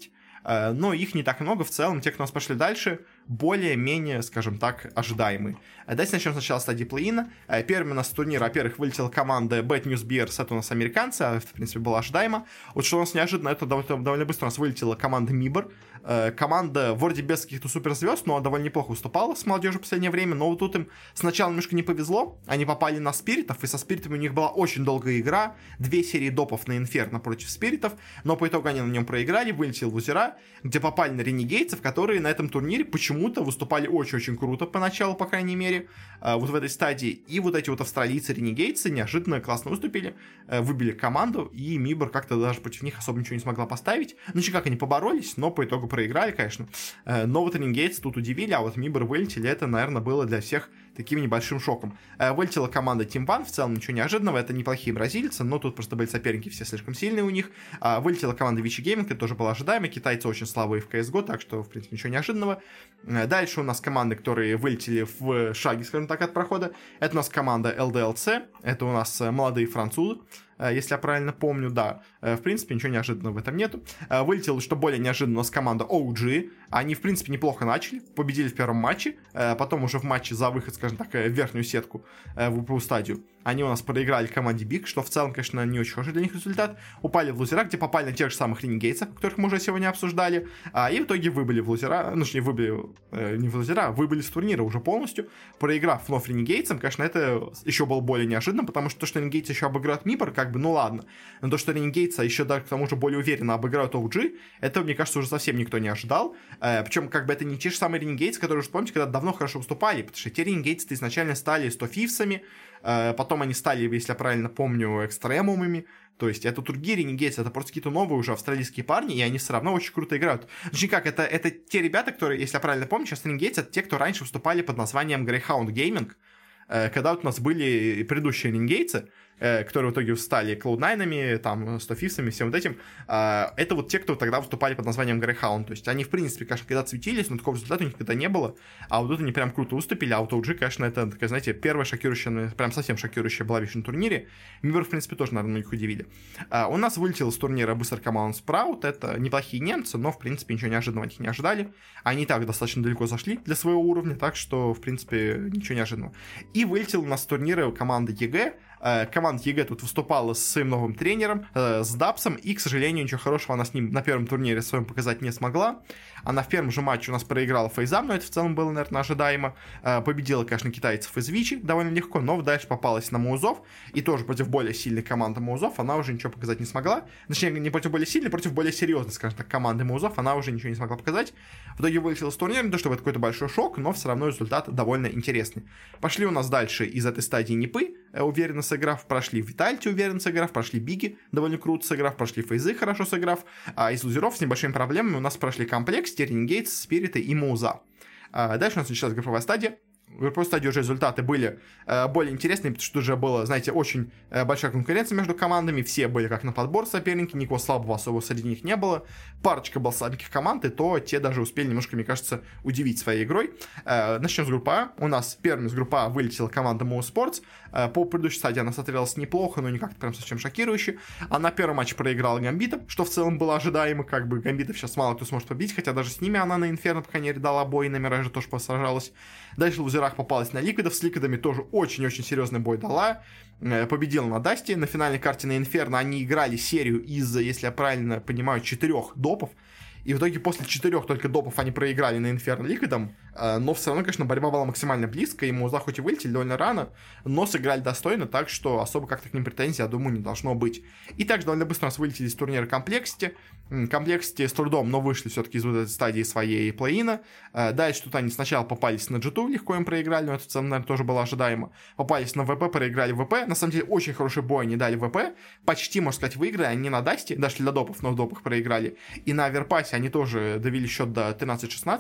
но их не так много в целом. Те, кто у нас пошли дальше, более-менее, скажем так, ожидаемые. Давайте начнем сначала с стадии плей-ина. Первым у нас с турнира, во-первых, вылетела команда Bad News Bears, это у нас американцы, а это, в принципе, было ожидаемо. Вот что у нас неожиданно, это довольно, довольно быстро у нас вылетела команда Мибор. Команда вроде без каких-то суперзвезд, но довольно неплохо выступала с молодежью в последнее время, но вот тут им сначала немножко не повезло, они попали на спиритов, и со спиритами у них была очень долгая игра, две серии допов на Инферно против спиритов, но по итогу они на нем проиграли, вылетели в лузера, где попали на ренегейтсов, которые на этом турнире почему-то выступали очень-очень круто поначалу, по крайней мере, вот в этой стадии, и вот эти вот австралийцы-ренегейтсы неожиданно классно выступили, выбили команду, и Мибор как-то даже против них особо ничего не смогла поставить, ну никак они поборолись, но по итогу проиграли, конечно, но вот ренегейтсы тут удивили, а вот Мибор вылетели, это, наверное, было для всех таким небольшим шоком. Вылетела команда Team One, в целом ничего неожиданного, это неплохие бразильцы, но тут просто были соперники все слишком сильные у них. Вылетела команда Vichy Gaming, это тоже было ожидаемо, китайцы очень слабые в си эс го, так что, в принципе, ничего неожиданного. Дальше у нас команды, которые вылетели в шаге, скажем так, от прохода. Это у нас команда эл ди эл си, это у нас молодые французы, если я правильно помню, да. В принципе, ничего неожиданного в этом нету. Вылетела, что более неожиданно, у нас команда о джи. Они, в принципе, неплохо начали, победили в первом матче, потом уже в матче за выход, скажем так, в верхнюю сетку, в ВПУ стадию, они у нас проиграли команде Big, что в целом, конечно, не очень хороший для них результат. Упали в лузера, где попали на тех же самых ренегейтсов, которых мы уже сегодня обсуждали, и в итоге выбыли в лузера, ну, точнее, выбыли, не в лузера, выбыли с турнира уже полностью, проиграв вновь ренегейтсам. Конечно, это еще было более неожиданно, потому что то, что ренегейтсы еще обыграют Мибор, как бы, ну ладно, но то, что ренегейтсы еще даже к тому же более уверенно обыграют о джи, это, мне кажется, уже совсем никто не ожидал. Причем, как бы, это не те же самые ренегейтсы, которые, уже помните, когда давно хорошо выступали, потому что те ренегейтсы изначально стали сто фифсами, потом они стали, если я правильно помню, экстремумами. То есть это другие ренегейтсы, это просто какие-то новые уже австралийские парни, и они все равно очень круто играют. Точнее как, это, это те ребята, которые, если я правильно помню, сейчас ренегейтсы, это те, кто раньше выступали под названием Greyhound Gaming, когда вот у нас были предыдущие ренегейтсы, которые в итоге стали клоуд найнами, там, сто фифсами, всем вот этим, это вот те, кто тогда выступали под названием Greyhound. То есть они, в принципе, конечно, когда светились, но такого результата у них никогда не было, а вот тут они прям круто выступили, а вот о джи, конечно, это, такая, знаете, первая шокирующая, прям совсем шокирующая была вещь на турнире. Мибор, в принципе, тоже, наверное, их удивили. У нас вылетел с турнира быстро команда Sprout, это неплохие немцы, но, в принципе, ничего неожиданного от них не ожидали. Они и так достаточно далеко зашли для своего уровня, так что, в принципе, ничего неожиданного. И вылетел у нас с турнира команда ЕГЭ. Команда ЕГЭ тут выступала с своим новым тренером, с Дапсом, и, к сожалению, ничего хорошего она с ним на первом турнире своем показать не смогла. Она в первом же матче у нас проиграла Фейзам, но это в целом было, наверное, ожидаемо. Победила, конечно, китайцев из Вичи довольно легко, но дальше попалась на Маузов, и тоже против более сильной команды Маузов она уже ничего показать не смогла. Точнее, не против более сильной, против более серьезной, скажем так, команды Маузов она уже ничего не смогла показать. В итоге вылетела с турнира, не то чтобы это какой-то большой шок, но все равно результат довольно интересный. Пошли у нас дальше из этой стадии Нипы, уверенно сыграв, прошли Витальти, уверенно сыграв, прошли Биги, довольно круто сыграв, прошли Фейзы, хорошо сыграв, а из лузеров с небольшими проблемами у нас прошли Комплекс, Ренегейтс, Спириты и Мауза. А дальше у нас началась групповая стадия. В групповой стадии уже результаты были э, более интересные, потому что уже была, знаете, очень э, большая конкуренция между командами, все были как на подбор соперники, никого слабого особо среди них не было, парочка была слабеньких команд, и то те даже успели немножко, мне кажется, удивить своей игрой. Э, начнем с группы А. У нас первым из группы А вылетела команда Mouse Sports. Э, по предыдущей стадии она смотрелась неплохо, но не как-то прям совсем шокирующе. Она первый матч проиграла Гамбитом, что в целом было ожидаемо, как бы Гамбитов сейчас мало кто сможет победить, хотя даже с ними она на Инферно, по крайней мере, дала бой, на Мираже тоже посражалась. Дальше в лузерах попалась на Ликвидов, с Ликвидами тоже очень-очень серьезный бой дала, победила на Дасте, на финальной карте на Инферно они играли серию из, если я правильно понимаю, четырех допов, и в итоге после четырех только допов они проиграли на Инферно Ликвидом, но все равно, конечно, борьба была максимально близко, и Мауза хоть и вылетели довольно рано, но сыграли достойно, так что особо как-то к ним претензий, я думаю, не должно быть. И также довольно быстро у нас вылетели из турнира Комплексити, Комплексити с трудом, но вышли все-таки из вот этой стадии своей плей-ина. Дальше тут они сначала попались на джи ту, легко им проиграли, но это в целом, наверное, тоже было ожидаемо. Попались на ВП, проиграли ВП, на самом деле очень хороший бой они дали ВП, почти, можно сказать, выиграли, они на Дасте, дошли до допов, но в допах проиграли, и на Аверпасе они тоже довели счет до тринадцать шестнадцать,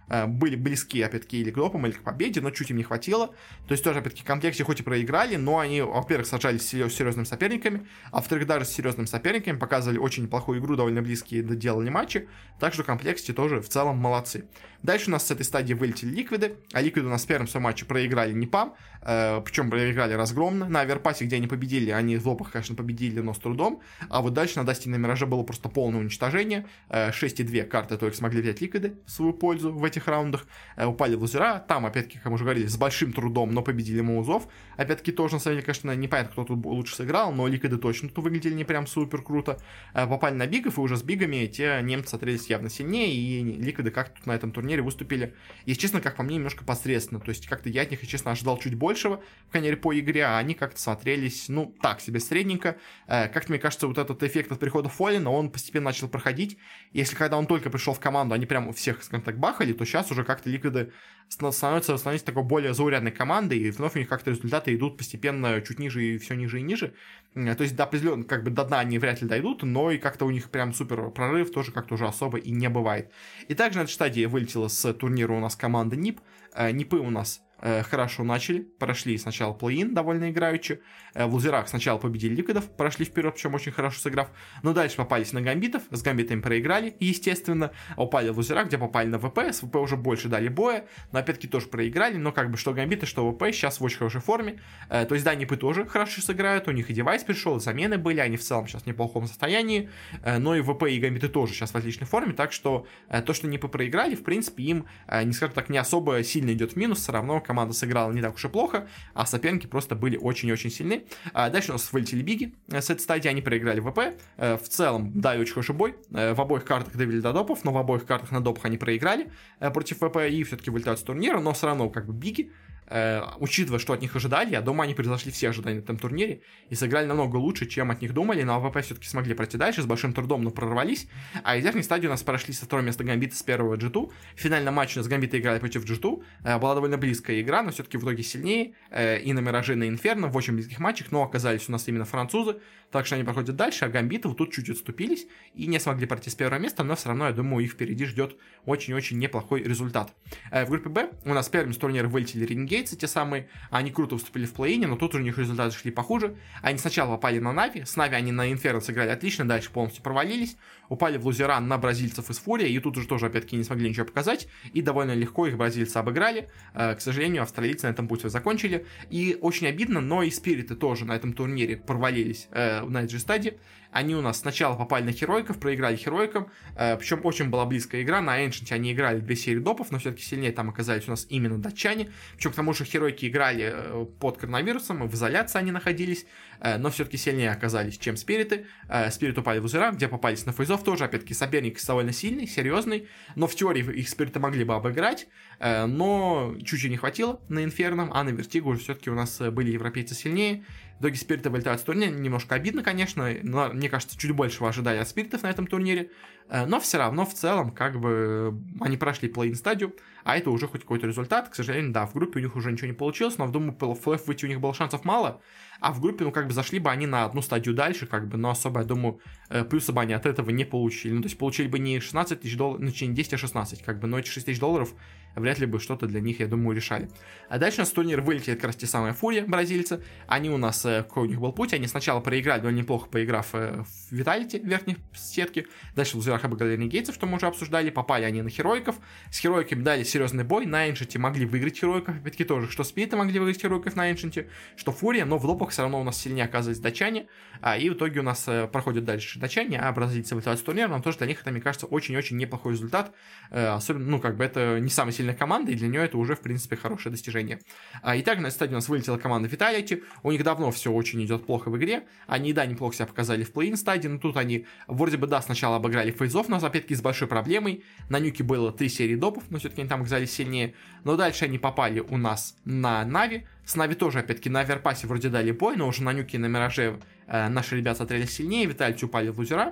э, были близки, опять-таки, или к допам, или к победе, но чуть им не хватило. То есть тоже, опять-таки, в комплекте хоть и проиграли, но они, во-первых, сражались с серьезными соперниками, а во-вторых, даже с серьезными соперниками показывали очень неплохую игру, довольно близкие делали матчи, так что в комплекте тоже в целом молодцы. Дальше у нас с этой стадии вылетели Ликвиды, а Ликвиды у нас в первом своем матче проиграли Непам, э, причем проиграли разгромно. На Аверпасе, где они победили, они в лопах, конечно, победили, но с трудом, а вот дальше на Дасте и на Мираже было просто полное уничтожение, э, шесть и две карты только смогли взять Ликвиды в свою пользу в этих раундах, э, упали в лузера, там, опять-таки, как мы уже говорили, с большим трудом, но победили Маузов, опять-таки, тоже, на самом деле, конечно, непонятно, кто тут лучше сыграл, но Ликвиды точно тут выглядели не прям супер круто, э, попали на бигов, и уже с бигами те немцы смотрелись явно сильнее, и Ликвиды как-то тут на этом турнире выступили, если честно, как по мне, немножко посредственно. То есть как-то я от них, если честно, ожидал чуть большего, в конце по игре, а они как-то смотрелись, ну, так себе средненько. Э, как-то, мне кажется, вот этот эффект от прихода Фоллина, он постепенно начал проходить. Если когда он только пришел в команду, они прям всех, скажем так, бахали, то сейчас уже как-то Ликвиды становятся, становятся такой более заурядной командой, и вновь у них как-то результаты идут постепенно чуть ниже и все ниже и ниже. То есть до определенного, как бы до дна они вряд ли дойдут, но и как-то у них прям супер прорыв тоже как-то уже особо и не бывает. И также на этой стадии вылетела с турнира у нас команда нип. Нипы у нас хорошо начали, прошли сначала плей-ин довольно играючи, в лузерах сначала победили Ликвидов, прошли вперед, причем очень хорошо сыграв, но дальше попались на гамбитов, с гамбитами проиграли, естественно, упали в лузерах, где попали на ВП, с ВП уже больше дали боя, но опять-таки тоже проиграли, но как бы что гамбиты, что ВП сейчас в очень хорошей форме, то есть да, Нипы тоже хорошо сыграют, у них и девайс пришел, и замены были, они в целом сейчас в неплохом состоянии, но и ВП и гамбиты тоже сейчас в отличной форме, так что то, что Нипы проиграли, в принципе, им, не скажем так, не особо сильно идет в минус, все равно команда сыграла не так уж и плохо, а соперники просто были очень-очень сильны. А дальше у нас вылетели биги с этой стадии, они проиграли ВП. В целом дали очень хороший бой, в обоих картах довели до допов, но в обоих картах на допах они проиграли против ВП и все-таки вылетают с турнира, но все равно как бы биги, Uh, учитывая, что от них ожидали, я думаю, они превзошли все ожидания на этом турнире и сыграли намного лучше, чем от них думали, но АВП все-таки смогли пройти дальше, с большим трудом, но прорвались, а из верхней стадии у нас прошли со второго места Гамбиты с первого джи ту, в финальном матче у нас Гамбиты играли против джи ту, uh, была довольно близкая игра, но все-таки в итоге сильнее, uh, и на Мираже, и на Инферно в очень близких матчах, но оказались у нас именно французы, так что они проходят дальше, а Гамбиты вот тут чуть отступились и не смогли пройти с первого места, но все равно, я думаю, их впереди ждет очень-очень неплохой результат. Uh, в группе Б у нас первым с турнира вылетели Ренегейтсы, те самые. Они круто выступили в плей-ине, но тут у них результаты шли похуже. Они сначала попали на Нави, с Нави они на Инферно сыграли отлично, дальше полностью провалились. Упали в лузера на бразильцев из Фурия, и тут уже тоже, опять-таки, не смогли ничего показать. И довольно легко их бразильцы обыграли. К сожалению, австралийцы на этом пути закончили. И очень обидно, но и спириты тоже на этом турнире провалились на этой же стадии. Они у нас сначала попали на Хероиков, проиграли Хероикам, э, причем очень была близкая игра, на Эншенте они играли две серии допов, но все-таки сильнее там оказались у нас именно датчане, причем к тому же Хероики играли э, под коронавирусом, в изоляции они находились, э, но все-таки сильнее оказались, чем Спириты. Э, Спириты упали в лузера, где попались на фейзов, тоже, опять-таки, соперник довольно сильный, серьезный, но в теории их Спириты могли бы обыграть, э, но чуть-чуть не хватило на Инферно, а на Вертигу уже все-таки у нас были европейцы сильнее. В итоге Спириты вылетают с турнира, немножко обидно, конечно, но, мне кажется, чуть большего ожидали от Спиритов на этом турнире, но все равно, в целом, как бы, они прошли плей-ин стадию, а это уже хоть какой-то результат, к сожалению, да, в группе у них уже ничего не получилось, но, думаю, в плей-офф выйти у них было шансов мало, а в группе, ну, как бы, зашли бы они на одну стадию дальше, как бы, но особо, я думаю, плюсы бы они от этого не получили, ну, то есть, получили бы не шестнадцать тысяч долларов, ну, не десять, а шестнадцать, как бы, но эти шесть тысяч долларов вряд ли бы что-то для них, я думаю, решали. А дальше у нас турнир вылетели как раз те самые Фурия, бразильцы, они у нас, какой у них был путь, они сначала проиграли, но неплохо поиграв в Виталити в верхней сетке, дальше в лузерах обыграли Ренегейтсов, что мы уже обсуждали, попали они на Хероиков, с Хероиками дали серьезный бой, на Эншенте могли выиграть Хероиков, опять-таки тоже, что Спириты могли выиграть Хероиков на Эншенте, что Фурия, но в допах все равно у нас сильнее оказывались датчане, а, и в итоге у нас э, проходят дальше датчане, а бразильцы вылетают с турнира, но тоже для них это, мне кажется, очень-очень неплохой результат, э, особенно, ну, как бы это не самая сильная команда, и для нее это уже, в принципе, хорошее достижение. А, итак, на этой стадии у нас вылетела команда Vitality, у них давно все очень идет плохо в игре, они, да, неплохо себя показали в плей-ин стадии, но тут они, вроде бы, да, сначала обыграли фейзов, но, опять-таки, с большой проблемой, на Нюке было три серии допов, но все-таки они там оказались сильнее, но дальше они попали у нас на Нави, с Нави тоже, опять-таки, на Аверпасе вроде дали бой, но уже на Нюке и на Мираже э, наши ребята смотрелись сильнее, Vitality упали в лузера.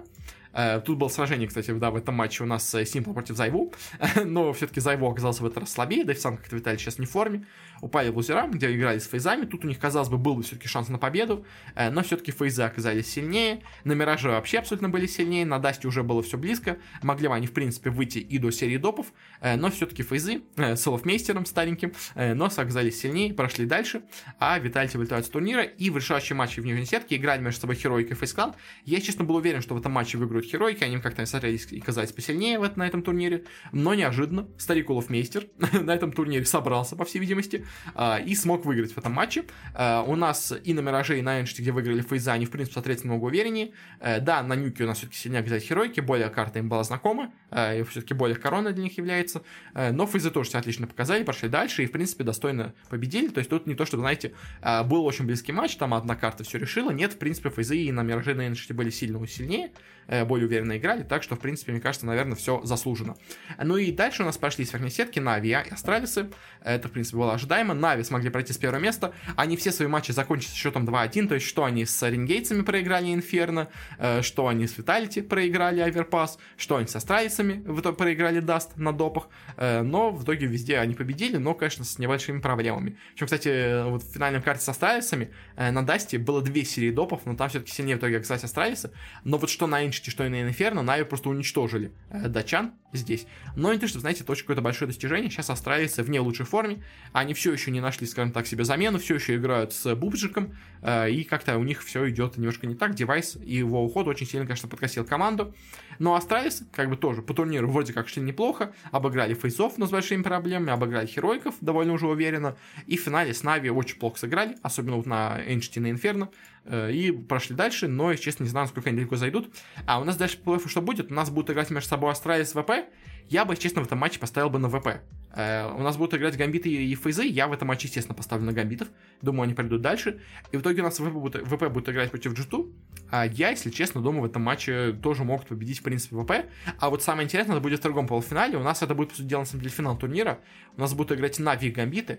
Тут было сражение, кстати, да, в этом матче у нас Simple против Зайву, но все-таки Зайву оказался в этот раз слабее, да и сам как-то Виталий сейчас не в форме. Упали в лузера, где играли с фейзами. Тут у них, казалось бы, был бы все-таки шанс на победу, но все-таки фейзы оказались сильнее. На Мираже вообще абсолютно были сильнее, на Дасте уже было все близко. Могли бы они, в принципе, выйти и до серии допов, но все-таки фейзы с Олафмейстером стареньким, но оказались сильнее, прошли дальше, а Виталити вылетают с турнира, и в решающем матче в нижней сетке играли между собой Heroic и FaceClan. Я, честно, был уверен, что в этом матче выиграют Heroic, они как-то старались и казались посильнее в, на этом турнире, но неожиданно старик Олафмейстер на этом турнире собрался, по всей видимости, и смог выиграть в этом матче. У нас и на Мираже, и на Энште, где выиграли фейза, они, в принципе, соответственно, много увереннее. Да, на Нюке у нас все-таки сильнее взять Heroic, более карта им была знакома, и все-таки более корона для них является, но фейзы тоже себя отлично показали, пошли дальше и, в принципе, достойно победили. То есть тут не то, что, знаете, был очень близкий матч, там одна карта все решила. Нет, в принципе, фейзы и на Мираже, и на Энште были сильно сильнее, более уверенно играли, так что, в принципе, мне кажется, наверное, все заслужено. Ну и дальше у нас пошли с верхней сетки Нави и Астралисы. Это, в принципе, было ожидаемо. Нави смогли пройти с первого места. Они все свои матчи закончили с счетом два один, то есть что они с Рингейтсами проиграли Инферно, что они с Виталити проиграли Аверпас, что они с Астралисами в итоге проиграли Даст на допах, но в итоге везде они победили, но, конечно, с небольшими проблемами. Причем, кстати, вот в финальном карте с Астралисами на Дасте было две серии допов, но там все-таки сильнее в итоге оказались Астралисы, но вот что на Энште, что и на Инферно, Нави просто уничтожили датчан здесь. Но не то, что, знаете, это очень какое-то большое достижение. Сейчас Астралисы в не лучшей форме. Они все еще не нашли, скажем так, себе замену, все еще играют с Бубджиком, и как-то у них все идет немножко не так. Девайс и его уход очень сильно, конечно, подкосил команду. Но Астралисы, как бы тоже по турниру вроде как шли неплохо, обыграли фейсов, но с большими проблемами, обыграли Херойков довольно уже уверенно, и в финале с Нави очень плохо сыграли, особенно вот на Энште и на Инферно, и прошли дальше, но, если честно, не знаю, насколько они далеко зайдут. А у нас дальше по плей-оффу что будет? У нас будут играть между собой Астралис и ВП. Я бы, честно, в этом матче поставил бы на ВП. Uh, у нас будут играть гамбиты и фейзы. Я в этом матче, естественно, поставлю на гамбитов. Думаю, они пройдут дальше. И в итоге у нас ВП будет, ВП будет играть против джи ту. А я, если честно, думаю, в этом матче тоже могут победить, в принципе, ВП. А вот самое интересное, это будет в другом полуфинале. У нас это будет, по сути дела, на самом деле, финал турнира. У нас будут играть Нави и гамбиты.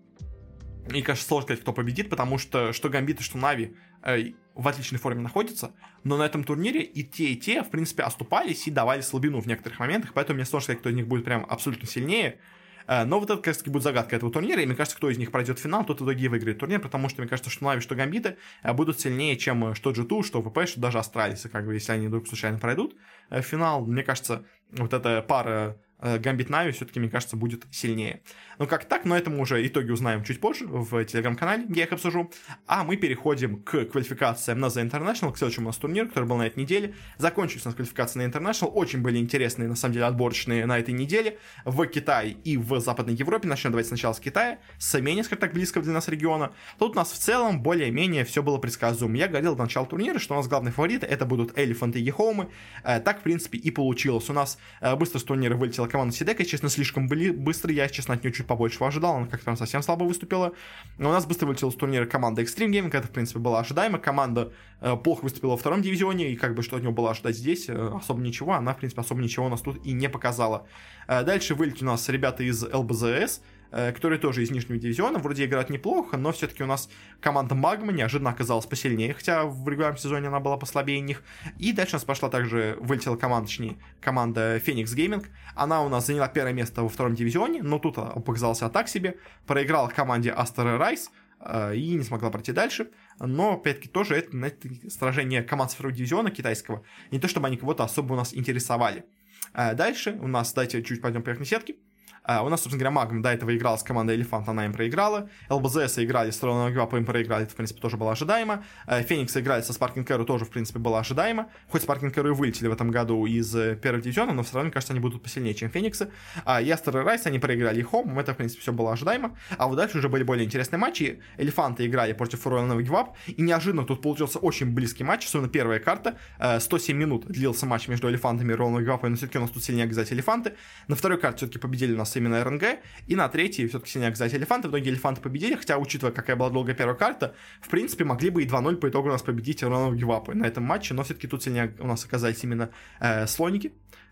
И, конечно, сложно сказать, кто победит, потому что что гамбиты, что Нави э, в отличной форме находятся, но на этом турнире и те, и те, в принципе, оступались и давали слабину в некоторых моментах, поэтому мне сложно сказать, кто из них будет прям абсолютно сильнее. Э, но вот это, как раз таки, будет загадка этого турнира, и мне кажется, кто из них пройдет в финал, тот в итоге и выиграет турнир, потому что мне кажется, что Нави, что гамбиты э, будут сильнее, чем что джи ту, что ВП, что даже Астралисы, как бы, если они вдруг случайно пройдут э, в финал. Мне кажется, вот эта пара Гамбит Нави все-таки, мне кажется, будет сильнее. Ну, как так, но это мы уже итоги узнаем чуть позже в телеграм-канале, где я их обсужу. А мы переходим к квалификациям на The International, к следующему у нас турниру, который был на этой неделе. Закончились у нас квалификации на International. Очень были интересные, на самом деле, отборочные на этой неделе в Китае и в Западной Европе. Начнем давайте сначала с Китая, с менее, скажем так, близкого для нас региона. Тут у нас в целом более-менее все было предсказуемо. Я говорил до начала турнира, что у нас главные фавориты это будут Elephant и Ехоумы. Так, в принципе, и получилось. У нас быстро с турнира вылетела команда Сидека, честно, слишком были быстро, я, честно, от нее чуть побольше ожидал, она как-то там совсем слабо выступила. Но у нас быстро вылетела с турнира команда Extreme Gaming, это, в принципе, было ожидаемо. Команда э, плохо выступила во втором дивизионе, и как бы что от нее было ожидать здесь, э, особо ничего, она, в принципе, особо ничего у нас тут и не показала. Э, дальше вылетели у нас ребята из эл би зет эс, которые тоже из нижнего дивизиона, вроде играют неплохо, но все-таки у нас команда Магма неожиданно оказалась посильнее, хотя в регулярном сезоне она была послабее них. И дальше у нас пошла также, вылетела команда, точнее, команда Phoenix Gaming. Она у нас заняла первое место во втором дивизионе, но тут показался так себе. Проиграла команде Aster Rise и не смогла пройти дальше. Но, опять-таки, тоже это, это сражение команд со второго дивизиона китайского. Не то, чтобы они кого-то особо у нас интересовали. Дальше у нас, давайте чуть пойдем по верхней сетке. Uh, у нас, собственно говоря, Магм до этого играл с командой Элефант, она им проиграла. эл би зет эс играли с Рональдом Гвапом, им проиграли, это, в принципе, тоже было ожидаемо. Феникс uh, играли со Sparking Carry, тоже, в принципе, было ожидаемо. Хоть Sparking Carry вылетели в этом году из uh, первого дивизиона, но все равно, мне кажется, они будут посильнее, чем Фениксы. Uh, Ястер и Райс, они проиграли Хом, это, в принципе, все было ожидаемо. А вот дальше уже были более интересные матчи. Элефанты играли против Рональда Гвап, и неожиданно тут получился очень близкий матч, особенно первая карта. Uh, сто семь минут длился матч между Элефантами и Рональдом Гвапом, но все-таки у нас тут сильнее оказались Элефанты. На второй карте все-таки победили у нас именно эр эн гэ. И на третьей все-таки сильнее оказались Элефанты. В итоге Элефанты победили, хотя, учитывая, какая была долгая первая карта, в принципе, могли бы и два ноль по итогу у нас победить Рональд Гвапы на этом матче, но все-таки тут сильнее у нас оказались именно э, слоники.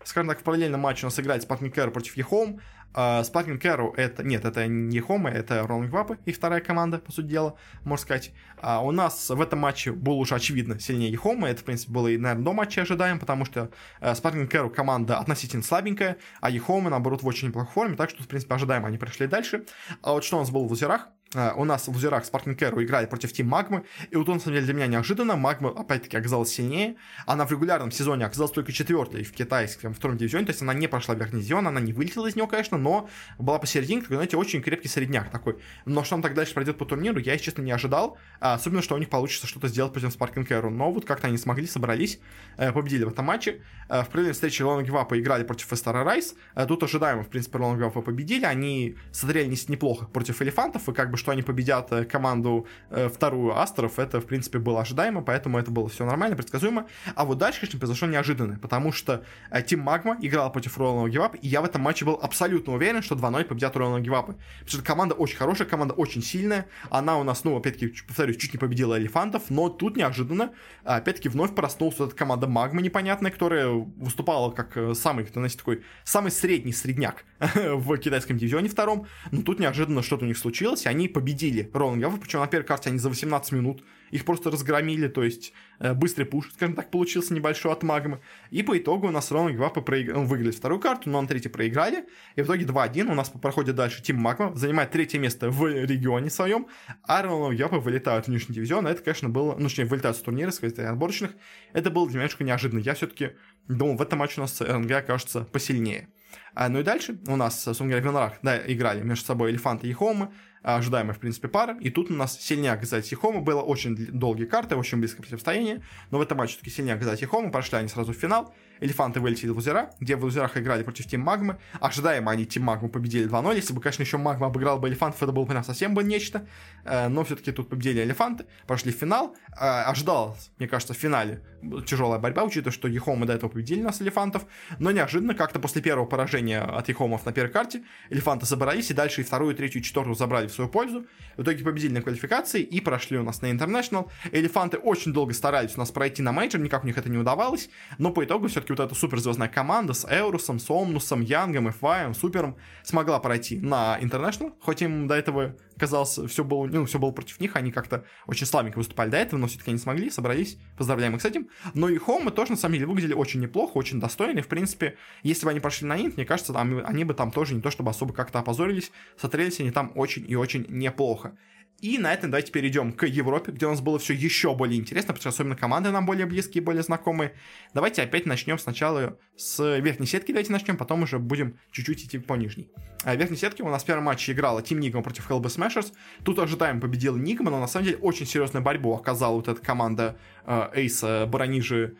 скажем так, в параллельном матче у нас играет Sparking Carro против Ехом. Uh, Sparking Carro это... Нет, это не Ехомы, это Rolling Вапы, их вторая команда, по сути дела, можно сказать. Uh, у нас в этом матче был уже очевидно сильнее Ехомы. Это, в принципе, было и, наверное, до матча ожидаем, потому что uh, Sparking Carro команда относительно слабенькая, а Ехомы, наоборот, в очень неплохой форме, так что, в принципе, ожидаемо они прошли дальше. А вот что у нас было в лузерах? Uh, у нас в лузерах Sparking Carro играли против Team Magma, и вот, на самом деле, для меня неожиданно, Магма, опять-таки, оказалась сильнее. Она в регулярном сезоне оказалась только четвертой в китайском втором дивизионе, то есть она не прошла верхний дивизион, она не вылетела из него, конечно, но была посередине, такой, знаете, очень крепкий средняк такой. Но что он так дальше пройдет по турниру, я, если честно, не ожидал, а, особенно, что у них получится что-то сделать против Sparking Carro. Но вот как-то они смогли, собрались, э, победили в этом матче. Э, в предыдущей встрече Rolling Вапы играли против Estara Rise. Э, тут ожидаемо, в принципе, Rolling Вапы победили, они смотрели неплохо против Элефантов, и как бы, что они победят команду э, вторую Астеров, это, в принципе, было ожидаемо, поэтому это было все нормально, предсказуемо. А вот дальше, конечно, произошло неожиданно, потому что э, Team Magma играл против Rolling Give Up, и я в этом матче был абсолютно уверен, что два ноль победят Rolling Give Up. Потому что команда очень хорошая, команда очень сильная, она у нас, ну, опять-таки, повторюсь, чуть не победила Элефантов, но тут неожиданно, опять-таки, вновь проснулась вот эта команда Magma непонятная, которая выступала как самый, знаете, такой, самый средний средняк в китайском дивизионе втором, но тут неожиданно что-то у них случилось, и они победили Rolling Give Up, причем на первой карте они за восемнадцать минут их просто разгромили, то есть э, быстрый пуш, скажем так, получился небольшой от Магмы. И по итогу у нас Rolling Give Up проиг... ну, выиграли вторую карту, но на третьей проиграли. И в итоге два один у нас проходит дальше Team Magma, занимает третье место в регионе своем, а Rolling Give Up вылетают в нижний дивизион. Это, конечно, было, ну, точнее, вылетают с турнира, сказать, отборочных. Это было для меня немножко неожиданно. Я все-таки думал, в этом матче у нас эр эн гэ окажется посильнее. А, ну и дальше у нас, собственно говоря, в Винорах, да, играли между собой Элефанты и Ехомы, ожидаемая, в принципе, пара, и тут у нас сильнее оказались Ехомы, было очень долгие карты, очень близкое противостояние, но в этом матче все-таки сильнее оказались Ехомы, прошли они сразу в финал, Элефанты вылетели в лузера, где в лузерах играли против Team Magma, ожидаемо они Team Magma победили два ноль, если бы, конечно, еще Magma обыграл бы Элефантов, это было бы прям совсем бы нечто, но все-таки тут победили Элефанты, прошли в финал, ожидалось, мне кажется, в финале тяжелая борьба, учитывая, что Ехомы до этого победили нас Элефантов, но неожиданно как-то после первого поражения от Ехомов на первой карте Элефанты собрались и дальше и вторую, и третью, и четвертую забрали в свою пользу. В итоге победили на квалификации и прошли у нас на International. Элефанты очень долго старались у нас пройти на мейджор, никак у них это не удавалось, но по итогу все-таки вот эта суперзвездная команда с Эурусом, с Омнусом, Янгом, эф вай, Супером смогла пройти на International, хоть им до этого казалось, все было, ну, все было против них, они как-то очень слабенько выступали до этого, но все-таки они смогли, собрались, поздравляем их с этим. Но и Хомы тоже, на самом деле, выглядели очень неплохо, очень достойно, в принципе, если бы они прошли на Инт, мне кажется, там, они бы там тоже не то чтобы особо как-то опозорились, смотрелись они там очень и очень неплохо. И на этом давайте перейдем к Европе, где у нас было все еще более интересно, потому что особенно команды нам более близкие, более знакомые. Давайте опять начнем сначала с верхней сетки, давайте начнем, потом уже будем чуть-чуть идти по нижней. А в верхней сетке у нас в первом матче играла Team Nigma против эл би Smashers. Тут ожидаемо победила Nigma, но на самом деле очень серьезную борьбу оказала вот эта команда Эйса, э, Баранижи,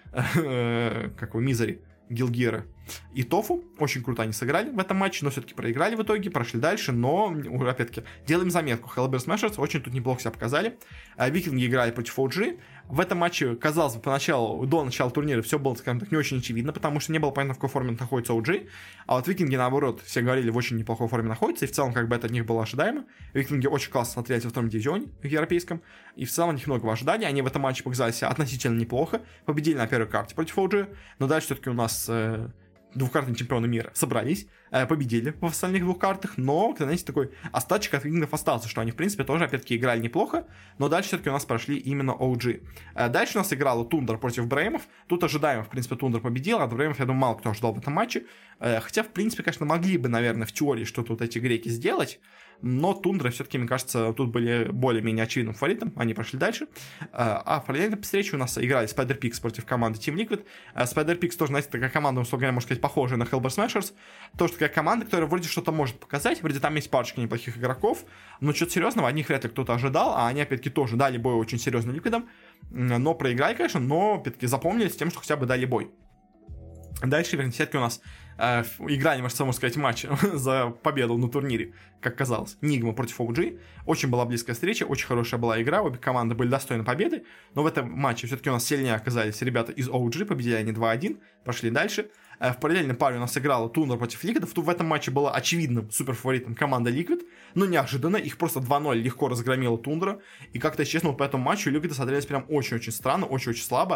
э, как его, Мизери, Гилгира и Тофу. Очень круто они сыграли в этом матче, но все-таки проиграли в итоге, прошли дальше, но, опять-таки, делаем заметку, Hellbear Smashers очень тут неплохо себя показали. Викинги играли против о джи. В этом матче, казалось бы, поначалу, до начала турнира все было, скажем так, не очень очевидно, потому что не было понятно, в какой форме находится о джи, а вот Викинги, наоборот, все говорили, в очень неплохой форме находятся, и в целом, как бы это от них было ожидаемо. Викинги очень классно смотрелись во втором дивизионе, в европейском, и в целом от них многого ожидали, они в этом матче показали себя относительно неплохо, победили на первой карте против о джи, но дальше все-таки у нас э, двухкратные чемпионы мира собрались, э, победили в остальных двух картах, но, знаете, такой остаточек от Викингов остался, что они, в принципе, тоже, опять-таки, играли неплохо, но дальше все-таки у нас прошли именно о джи. Э, дальше у нас играла Тундра против Бреймов, тут ожидаемо, в принципе, Тундра победила, от Бреймов, я думаю, мало кто ожидал в этом матче, э, хотя, в принципе, конечно, могли бы, наверное, в теории что-то вот эти греки сделать, но Тундра все-таки, мне кажется, тут были более-менее очевидным фаворитом, они прошли дальше. А в параллельной встрече у нас играли Spider Pigs против команды Team Liquid. Spider Pigs тоже, знаете, такая команда, условно говоря, можно сказать, похожая на Hellbear Smashers. Тоже такая команда, которая вроде что-то может показать, вроде там есть парочка неплохих игроков, но что-то серьезного от них вряд ли кто-то ожидал, а они, опять-таки, тоже дали бой очень серьезным Liquid'ам, но проиграли, конечно, но, опять-таки, запомнились тем, что хотя бы дали бой. Дальше в верхней сетке у нас э, играли, можно сказать, матч за победу на турнире, как казалось, Nigma против о джи. Очень была близкая встреча, очень хорошая была игра, обе команды были достойны победы, но в этом матче все-таки у нас сильнее оказались ребята из о джи, победили они два один, пошли дальше. Э, в параллельной паре у нас играла Тундра против Liquid, в этом матче была очевидным суперфаворитом команда Liquid, но неожиданно их просто два ноль легко разгромила Тундра, и как-то, честно, вот по этому матчу Liquid смотрелись прям очень-очень странно, очень-очень слабо.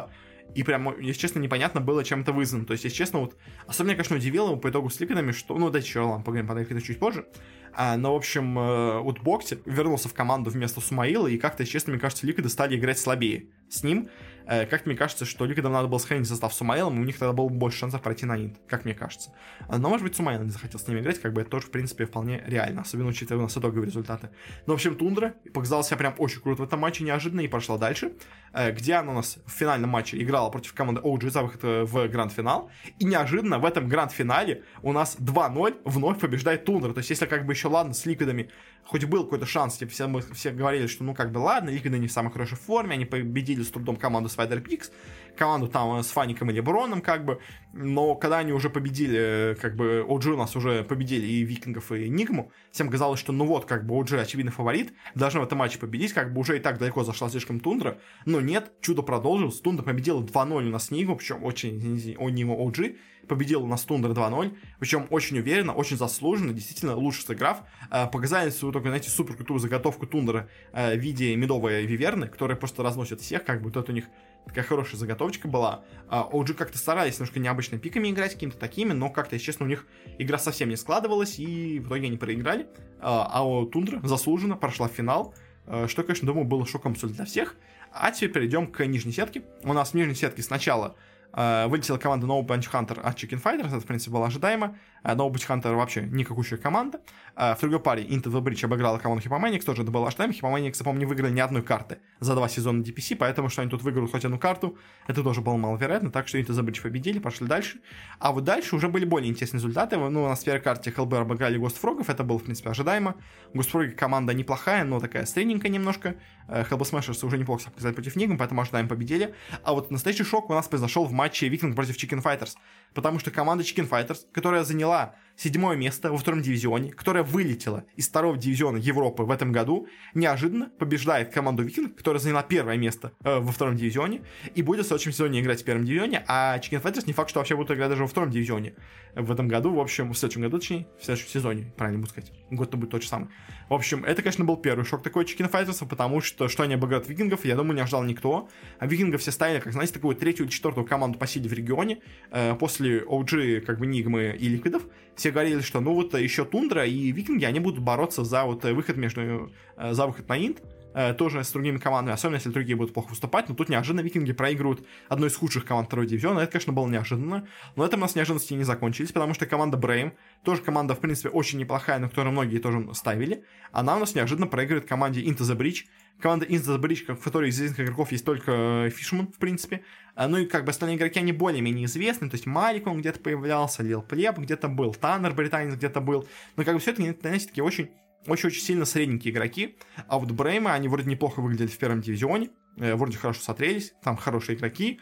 и прям, если честно, непонятно было, чем это вызвано. То есть, если честно, вот, особенно, конечно, удивило его по итогу с Ликвидами, что, ну, дайте еще, ладно, поговорим про Ликвидов чуть позже, а, но, в общем, э, вот Бокси вернулся в команду вместо Сумаила, и как-то, если честно, мне кажется, Ликвиды стали играть слабее с ним. Э, как мне кажется, что Ликвидам надо было сохранить состав с Сумаилом, и у них тогда было больше шансов пройти на Инт, как мне кажется. Но, может быть, Сумаил не захотел с ними играть, как бы это тоже, в принципе, вполне реально, особенно учитывая у нас итоговые результаты. Но, в общем, Тундра показала себя прям очень круто в этом матче, неожиданно, и пошла дальше, э, где она у нас в финальном матче играла против команды о джи за выход в гранд-финал, и неожиданно в этом гранд-финале у нас два ноль вновь побеждает Тундра. То есть, если как бы еще, ладно, с Ликвидами хоть был какой-то шанс, типа, все, мы все говорили, что, ну, как бы, ладно, Ликвиды не в самой хорошей форме, они победили с трудом команду Spider Pix, команду там с Фаником и Леброном, как бы, но когда они уже победили, как бы, о джи у нас уже победили и Викингов, и Нигму, всем казалось, что, ну вот, как бы, о джи очевидный фаворит, должны в этом матче победить, как бы, уже и так далеко зашла слишком Тундра, но нет, чудо продолжилось, Тундра победила два ноль у нас Нигму, причем очень, о Нигму о джи, победил у нас Тундра два ноль, причем очень уверенно, очень заслуженно, действительно лучше сыграв, показали свою такую, знаете, супер крутую заготовку Тундра в виде медовой виверны, которая просто разносит всех, как бы, вот это у них такая хорошая заготовочка была. о джи как-то старались немножко необычными пиками играть, какими-то такими, но как-то, если честно, у них игра совсем не складывалась, и в итоге они проиграли. А Тундра заслуженно прошла в финал, что, конечно, думаю, было шоком абсолютно для всех. А теперь перейдем к нижней сетке. У нас в нижней сетке сначала Uh, вылетела команда No Bunch Hunter от Chicken Fighters, это, в принципе, было ожидаемо. Uh, No Bunch Hunter вообще никакущая команда. Uh, в другой паре Into the Bridge обыграла команду Hippomanix, тоже это было ожидаемо. Hippomanix, помню, не выиграли ни одной карты за два сезона ди пи си, поэтому, что они тут выиграют хоть одну карту, это тоже было маловероятно, так что Into the Bridge победили, пошли дальше. А вот дальше уже были более интересные результаты. Ну, у нас в первой карте Hellbear обыграли Ghost Frog'ов, это было, в принципе, ожидаемо. Ghost Frog команда неплохая, но такая средненькая немножко. Uh, Hellbear Smashers уже неплохо себя показали против Нигм, поэтому ожидаемо победили. А вот настоящий шок у нас произошел в матче Викинг против Chicken Fighters, потому что команда Chicken Fighters, которая заняла седьмое место во втором дивизионе, которая вылетела из второго дивизиона Европы в этом году, неожиданно побеждает команду Викинг, которая заняла первое место э, во втором дивизионе, и будет в следующем сезоне играть в первом дивизионе, а Chicken Fighters не факт, что вообще будут играть даже во втором дивизионе в этом году, в общем, в следующем году, точнее, в следующем сезоне, правильно буду сказать, год-то будет тот же самый. В общем, это, конечно, был первый шок такой Chicken Fighters, потому что, что они обыграют Викингов, я думаю, не ожидал никто. А Викингов все ставили, как, знаете, такую третью или четвертую команду по силе в регионе, э, после о джи, как бы, Нигмы и Ликвидов. Все говорили, что, ну, вот еще Тундра и Викинги, они будут бороться за вот выход между, э, за выход на Инт, э, тоже с другими командами, особенно если другие будут плохо выступать, но тут неожиданно Викинги проигрывают одной из худших команд второго дивизиона, это, конечно, было неожиданно, но это у нас неожиданности не закончились, потому что команда Брейм, тоже команда, в принципе, очень неплохая, но которую многие тоже ставили, она у нас неожиданно проигрывает команде Into the Bridge. Команда Into the Bridge, в которой из известных игроков есть только Фишман, в принципе. Ну и как бы остальные игроки, они более-менее известны. То есть Малик, он где-то появлялся, Лил Плеб где-то был, Таннер, британец, где-то был. Но как бы все это, знаете, такие очень очень-очень сильно средненькие игроки. А вот Бреймы, они вроде неплохо выглядели в первом дивизионе. Вроде хорошо смотрелись, там хорошие игроки.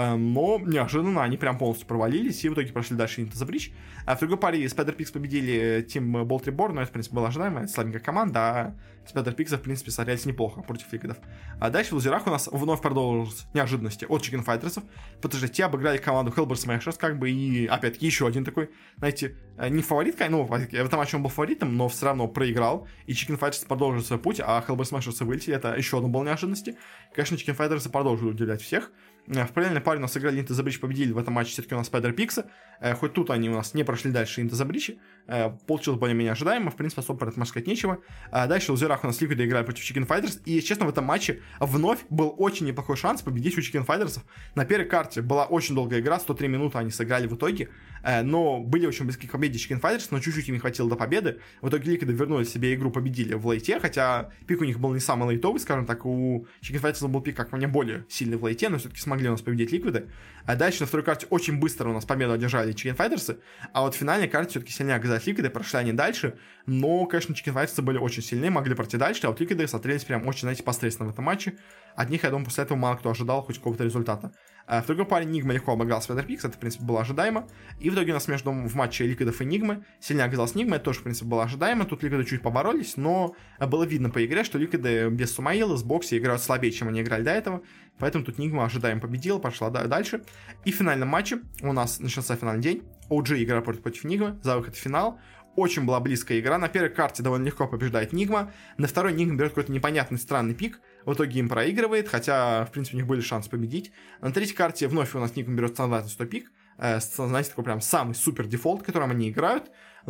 Но неожиданно они прям полностью провалились и в итоге прошли дальше Into the Bridge. А в другой паре Spider Pix победили Team Bolt Reborn, но это, в принципе, было ожидаемо, это слабенькая команда, а Spider Pix, в принципе, смотрелись неплохо против Ликвидов. А дальше в лузерах у нас вновь продолжились неожиданности от Chicken Fighters, потому что те обыграли команду Hellbear Smashers, как бы, и опять-таки еще один такой, знаете, не фаворит, ну, в этом матче он был фаворитом, но все равно проиграл, и Chicken Fighters продолжили свой путь, а Hellbear Smashers вылетели, это еще одно было неожиданности. Конечно, Chicken Fighters продолжили удивлять всех. В параллельной паре у нас играли Into the Bridge, победили в этом матче все-таки у нас Spider Pix. Хоть тут они у нас не прошли дальше Into the Bridge. Получилось более-менее ожидаемо. В принципе, особо про это можно сказать нечего. Дальше в лузерах у нас Liquid играли против Chicken Fighters. И, честно, в этом матче вновь был очень неплохой шанс победить у Chicken Fighters. На первой карте была очень долгая игра, сто три минуты они сыграли в итоге. Но были очень близки к победе Chicken Fighters, но чуть-чуть им не хватило до победы. В итоге Liquid вернули себе игру, победили в лейте, хотя пик у них был не самый лейтовый, скажем так. У Chicken Fighters был пик, как по мне, более сильный в лейте, но все-таки смогли у нас победить Liquid. А дальше на второй карте очень быстро у нас победу одержали Chicken Fighters, а вот в финальной карте все-таки сильнее оказались Liquid, прошли они дальше, но, конечно, Chicken Fighters были очень сильны, могли пройти дальше, а вот Liquid смотрелись прям очень, знаете, посредственно в этом матче. От них, я думаю, после этого мало кто ожидал хоть какого-то результата. А в другой паре Нигма легко обыграл Spider Pix, это, в принципе, было ожидаемо. И в итоге у нас между в матче Ликвидов и Нигмы сильнее оказалась Нигма, это тоже, в принципе, было ожидаемо. Тут Ликвиды чуть поборолись, но было видно по игре, что Ликвиды без Сумаила, с Бокси играют слабее, чем они играли до этого. Поэтому тут Нигма ожидаемо победила, пошла дальше. И в финальном матче у нас начался финальный день. о джи игра против, против Нигмы за выход в финал. Очень была близкая игра. На первой карте довольно легко побеждает Нигма. На второй Нигма берет какой-то непонятный странный пик. В итоге им проигрывает, хотя, в принципе, у них были шансы победить. На третьей карте вновь у нас Нигма берет стандартный сто пик. Э, знаете, такой прям самый супер дефолт, которым они играют.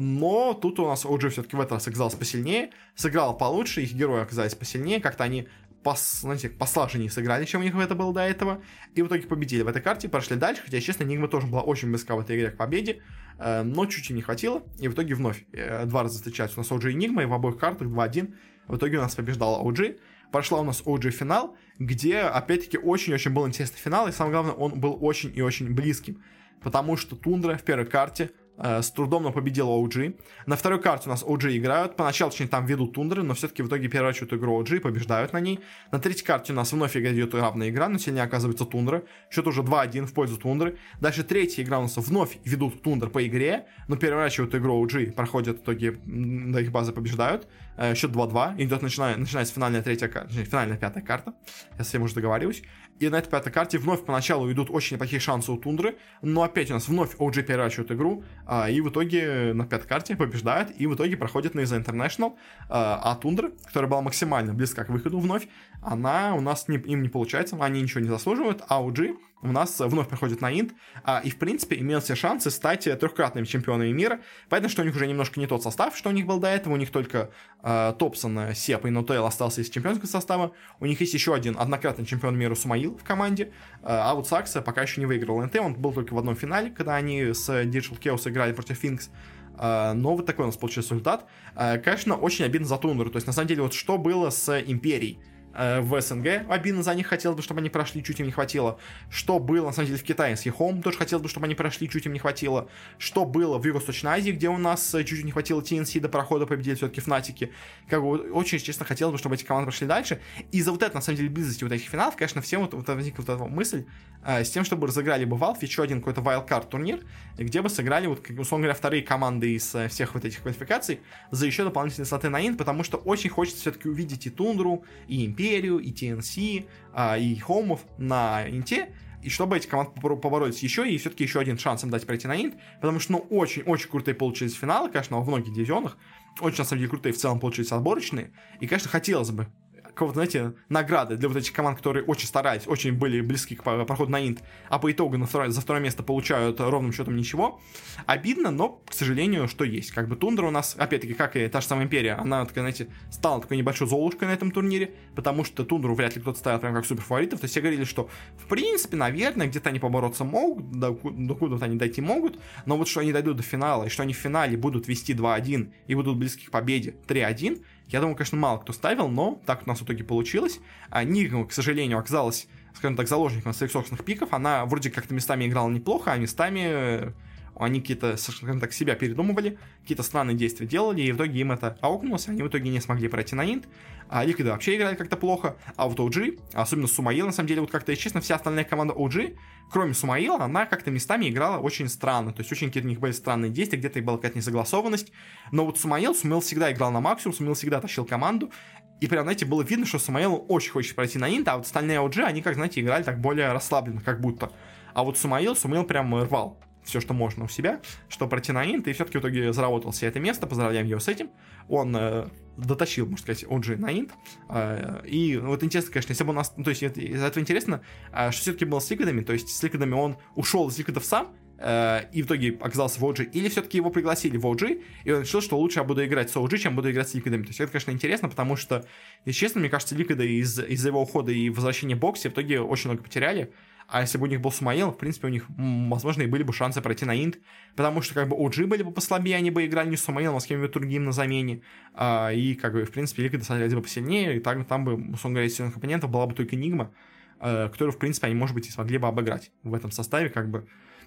Но тут у нас о джи все-таки в этот раз оказался посильнее, сыграл получше, их герои оказались посильнее, как-то они пос, знаете, послаженнее сыграли, чем у них это было до этого, и в итоге победили в этой карте, прошли дальше, хотя, честно, Нигма тоже была очень близка в этой игре к победе, э, но чуть-чуть не хватило, и в итоге вновь э, два раза встречаются у нас о джи и Нигма, и в обоих картах два один, в итоге у нас побеждала о джи, прошла у нас о джи финал, где, опять-таки, очень-очень был интересный финал, и самое главное, он был очень и очень близким, потому что Тундра в первой карте с трудом, но победил о джи. На второй карте у нас о джи играют. Поначалу, точнее, там ведут Тундры, но все-таки в итоге переворачивают игру о джи и побеждают на ней. На третьей карте у нас вновь идет равная игра, но сильнее оказывается Тундра. Счет уже два один в пользу Тундры. Дальше третья игра у нас вновь ведут Тундр по игре, но переворачивают игру о джи, проходят в итоге до их базы, побеждают. Счет два два. Идет, начинает, начинается финальная третья карта, финальная пятая карта. Я с этим уже договариваюсь. И на этой пятой карте вновь поначалу идут очень неплохие шансы у Тундры, но опять у нас вновь о джи переворачивают игру, а, и в итоге на пятой карте побеждают, и в итоге проходит на Иза International, а, а Тундра, которая была максимально близка к выходу вновь, она у нас не, им не получается, они ничего не заслуживают, а о джи у нас вновь проходит на Инт, а, и в принципе имел все шансы стать трехкратными чемпионами мира. Понятно, что у них уже немножко не тот состав, что у них был до этого, у них только а, Топсон, Сеп и Нотейл остался из чемпионского состава, у них есть еще один однократный чемпион мира Сумаил в команде, а вот Сакса пока еще не выиграл эн тэ, он был только в одном финале, когда они с Digital Chaos играли против Finks. Uh, но вот такой у нас получился результат. Uh, конечно, очень обидно за Тундру. То есть, на самом деле, вот что было с Империей uh, в СНГ, обидно за них, хотелось бы, чтобы они прошли, чуть им не хватило. Что было, на самом деле, в Китае с Ехом, тоже хотелось бы, чтобы они прошли, чуть им не хватило. Что было в Юго-Восточной Азии, где у нас чуть-чуть не хватило ти эн си до прохода, победили все-таки Фнатики. Как бы, очень, честно, хотелось бы, чтобы эти команды прошли дальше. И за вот это, на самом деле, близости вот этих финалов, конечно, всем вот, вот возникла вот эта мысль, с тем, чтобы разыграли бы Valve еще один какой-то wildcard турнир, где бы сыграли, вот, условно говоря, вторые команды из всех вот этих квалификаций за еще дополнительные слоты на Инт, потому что очень хочется все-таки увидеть и Тундру, и Империю, и ти эн си, и Хоумов на Инте, и чтобы эти команды поборолись еще, и все-таки еще один шанс им дать пройти на Инт, потому что, ну, очень-очень крутые получились финалы, конечно, во многих дивизионах, очень, на самом деле, крутые в целом получились отборочные, и, конечно, хотелось бы какого-то, знаете, награды для вот этих команд, которые очень старались, очень были близки к проходу на Инт, а по итогу на второе, за второе место получают ровным счетом ничего. Обидно, но, к сожалению, что есть. Как бы Тундра у нас, опять-таки, как и та же самая Империя, она, такая, знаете, стала такой небольшой золушкой на этом турнире, потому что Тундру вряд ли кто-то ставил прям как суперфаворитов. То есть все говорили, что, в принципе, наверное, где-то они побороться могут, до, до куда-то они дойти могут, но вот что они дойдут до финала, и что они в финале будут вести два один и будут близки к победе три один, я думаю, конечно, мало кто ставил, но так у нас в итоге получилось. А Нигма, к сожалению, оказалась, скажем так, заложником своих собственных пиков. Она вроде как-то местами играла неплохо, а местами они какие-то, скажем так, себя передумывали, какие-то странные действия делали, и в итоге им это аукнулось, они в итоге не смогли пройти на Инт. А Ликвиды вообще играли как-то плохо, а вот о джи, особенно Сумаил, на самом деле, вот как-то, если честно, вся остальная команда о джи, кроме Сумаила, она как-то местами играла очень странно, то есть очень какие-то у них были странные действия, где-то и была какая-то несогласованность, но вот Сумаил, Сумаил всегда играл на максимум, Сумаил всегда тащил команду, и прям, знаете, было видно, что Сумаил очень хочет пройти на Инт, а вот остальные о джи, они, как, знаете, играли так более расслабленно, как будто, а вот Сумаил, Сумаил прям рвал все, что можно у себя, чтобы пройти на Инт, и все-таки в итоге заработал себе это место, поздравляем его с этим, он э, дотащил, можно сказать, о джи на Инт, э, и вот интересно, конечно, если бы у нас, ну, то есть из-за этого интересно, э, что все-таки было с Ликвидами, то есть с Ликвидами он ушел из Ликвидов сам, э, и в итоге оказался в о джи, или все-таки его пригласили в о джи, и он решил, что лучше я буду играть с о джи, чем буду играть с Ликвидами, то есть это, конечно, интересно, потому что, если честно, мне кажется, Ликвиды из- из-за его ухода и возвращения боксе в итоге очень много потеряли. А если бы у них был Сумаил, в принципе, у них, возможно, и были бы шансы пройти на Инт, потому что, как бы, о джи были бы послабее, они бы играли не с Сумаилом, а с кем-нибудь другим на замене, а, и, как бы, в принципе, Ликвиды смотрелись бы посильнее, и так, там бы, условно говоря, из сильных оппонентов была бы только Нигма, а, которую, в принципе, они, может быть, и смогли бы обыграть в этом составе, как бы,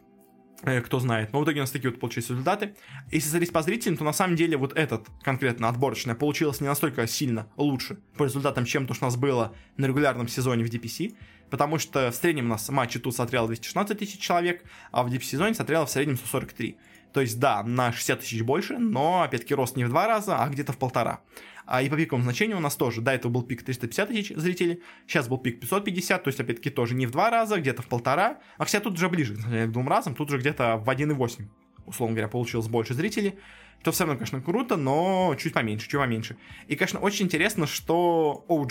кто знает. Но в итоге у нас такие вот получились результаты. Если смотреть по зрителям, то на самом деле вот этот конкретно отборочный получилось не настолько сильно лучше по результатам, чем то, что у нас было на регулярном сезоне в ди пи си, потому что в среднем у нас матчи тут смотрело двести шестнадцать тысяч человек, а в ди пи си-зоне смотрело в среднем сто сорок три. То есть, да, на шестьдесят тысяч больше, но, опять-таки, рост не в два раза, а где-то в полтора. А и по пиковому значению у нас тоже, до этого был пик триста пятьдесят тысяч зрителей, сейчас был пик пятьсот пятьдесят, то есть, опять-таки, тоже не в два раза, где-то в полтора, а хотя тут уже ближе к двум разам, тут уже где-то в один и восемь, условно говоря, получилось больше зрителей, что все равно, конечно, круто, но чуть поменьше, чуть поменьше. И, конечно, очень интересно, что о джи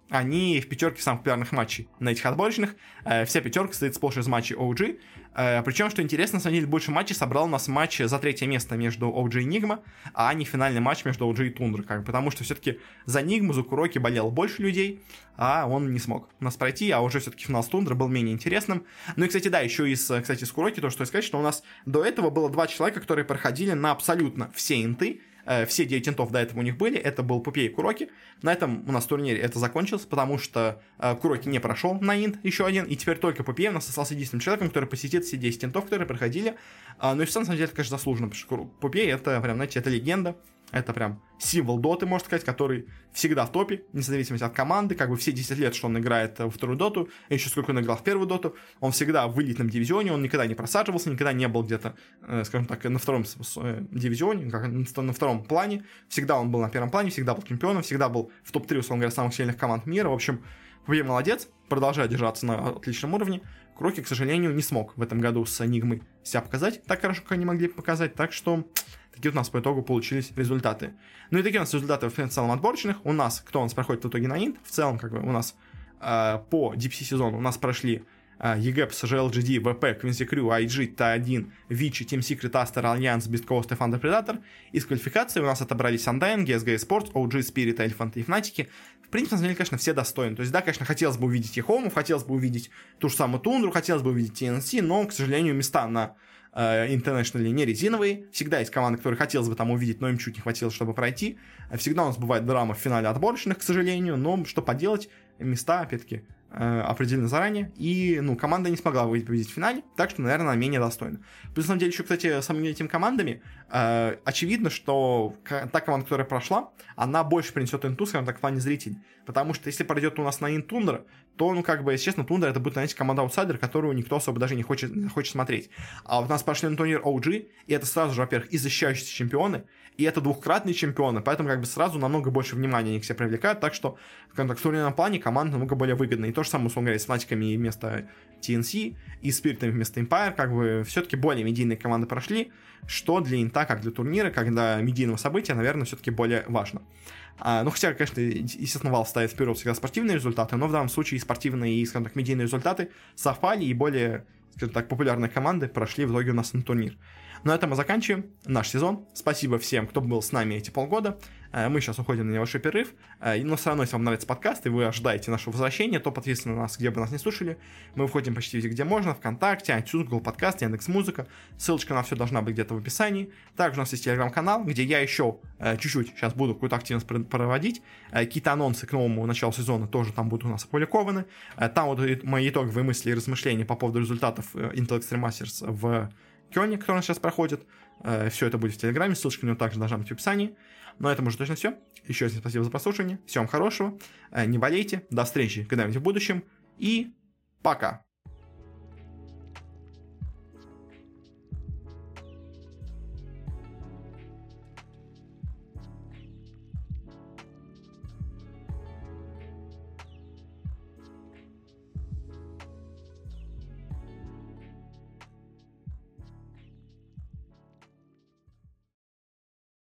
они в пятерке самых популярных матчей на этих отборочных. Вся пятерка состоит сплошь из матчей о джи. Причем, что интересно, на самом деле, больше матчей собрал у нас матч за третье место между о джи и Enigma, а не финальный матч между о джи и Тундра. Как бы, потому что все-таки за Enigma, за Куроки болело больше людей, а он не смог нас пройти, а уже все-таки финал с Тундры был менее интересным. Ну и, кстати, да, еще из, кстати, с Куроки, то, что сказать, что у нас до этого было два человека, которые проходили на абсолютно все инты. Все девять интов до этого у них были, это был Пупей и Куроки. На этом у нас в турнире это закончилось, потому что э, Куроки не прошел на инт еще один, и теперь только Пупей у нас остался единственным человеком, который посетит все десять интов, которые проходили. А, ну и в самом деле это, конечно, заслуженно, потому что Пупей это прям, знаете, это легенда. Это прям символ доты, можно сказать, который всегда в топе, вне зависимости от команды. Как бы все десять лет, что он играет во вторую доту, и еще сколько он играл в первую доту, он всегда в элитном дивизионе, он никогда не просаживался, никогда не был где-то, э, скажем так, на втором э, дивизионе, как, на втором плане. Всегда он был на первом плане, всегда был чемпионом, всегда был в топ-три, условно говоря, самых сильных команд мира. В общем, Пупей молодец, продолжает держаться на отличном уровне. Куроки, к сожалению, не смог в этом году с Enigmой себя показать так хорошо, как они могли показать, так что такие у нас по итогу получились результаты. Ну и такие у нас результаты в целом отборочных. У нас, кто у нас проходит в итоге на инт, в целом, как бы у нас э, по ди пи си сезону у нас прошли э, eGaps, джи эл джи ди, ви пи, Quincy Crew, ай джи, ти один, Вичи, Team Secret, Aster, Alliance, Beast Coast и Thunder Predator. Из квалификации у нас отобрались Undying, джи эс джи Sports, о джи, Spirit, Elephant и Fnatic. В принципе, на самом деле, конечно, все достойны. То есть, да, конечно, хотелось бы увидеть и Хоумов, хотелось бы увидеть ту же самую Тундру, хотелось бы увидеть ти эн си, но, к сожалению, места на International не резиновые. Всегда есть команды, которые хотелось бы там увидеть, но им чуть не хватило, чтобы пройти. Всегда у нас бывает драма в финале отборочных, к сожалению, но что поделать, места, опять-таки, определены заранее, и, ну, команда не смогла выйти победить в финале, так что, наверное, она менее достойна. Плюс, на самом деле, еще, кстати, с самими этими командами, э, очевидно, что та команда, которая прошла, она больше принесет инту, скажем так, в плане зрителей, потому что если пройдет у нас на инт Тундра, то, ну, как бы, если честно, Тундра это будет, знаете, команда-аутсайдер, которую никто особо даже не хочет, не хочет смотреть. А вот у нас пошли на турнир о джи, и это сразу же, во-первых, и защищающиеся чемпионы, и это двухкратные чемпионы, поэтому, как бы, сразу намного больше внимания они к себе привлекают, так что, скажем так, в турнирном плане команда намного более выгодная. И то же самое, условно говоря, с Фнатиками вместо ти эн си и Спиритами вместо Empire, как бы, все-таки более медийные команды прошли, что для инта, как для турнира, как для медийного события, наверное, все-таки более важно. А, ну, хотя, конечно, естественно, Valve ставит вперед всегда спортивные результаты, но в данном случае и спортивные, и, скажем так, медийные результаты совпали, и более, скажем так, популярные команды прошли в итоге у нас на турнир. На этом мы заканчиваем наш сезон. Спасибо всем, кто был с нами эти полгода. Мы сейчас уходим на небольшой перерыв. Но все равно, если вам нравится подкаст, и вы ожидаете нашего возвращения, то подписывайтесь на нас, где бы нас не слушали. Мы выходим почти везде, где можно. ВКонтакте, iTunes, Google Подкаст, Яндекс.Музыка. Ссылочка на все должна быть где-то в описании. Также у нас есть Телеграм-канал, где я еще чуть-чуть сейчас буду какую-то активность проводить. Какие-то анонсы к новому началу сезона тоже там будут у нас опубликованы. Там вот мои итоговые мысли и размышления по поводу результатов Intel Extreme Masters в Кёне, который у нас сейчас проходит. Все это будет в Телеграме, ссылочка на него также должна быть в описании. На этом уже точно все. Еще раз спасибо за прослушивание. Всем хорошего. Не болейте. До встречи когда-нибудь в будущем. И пока.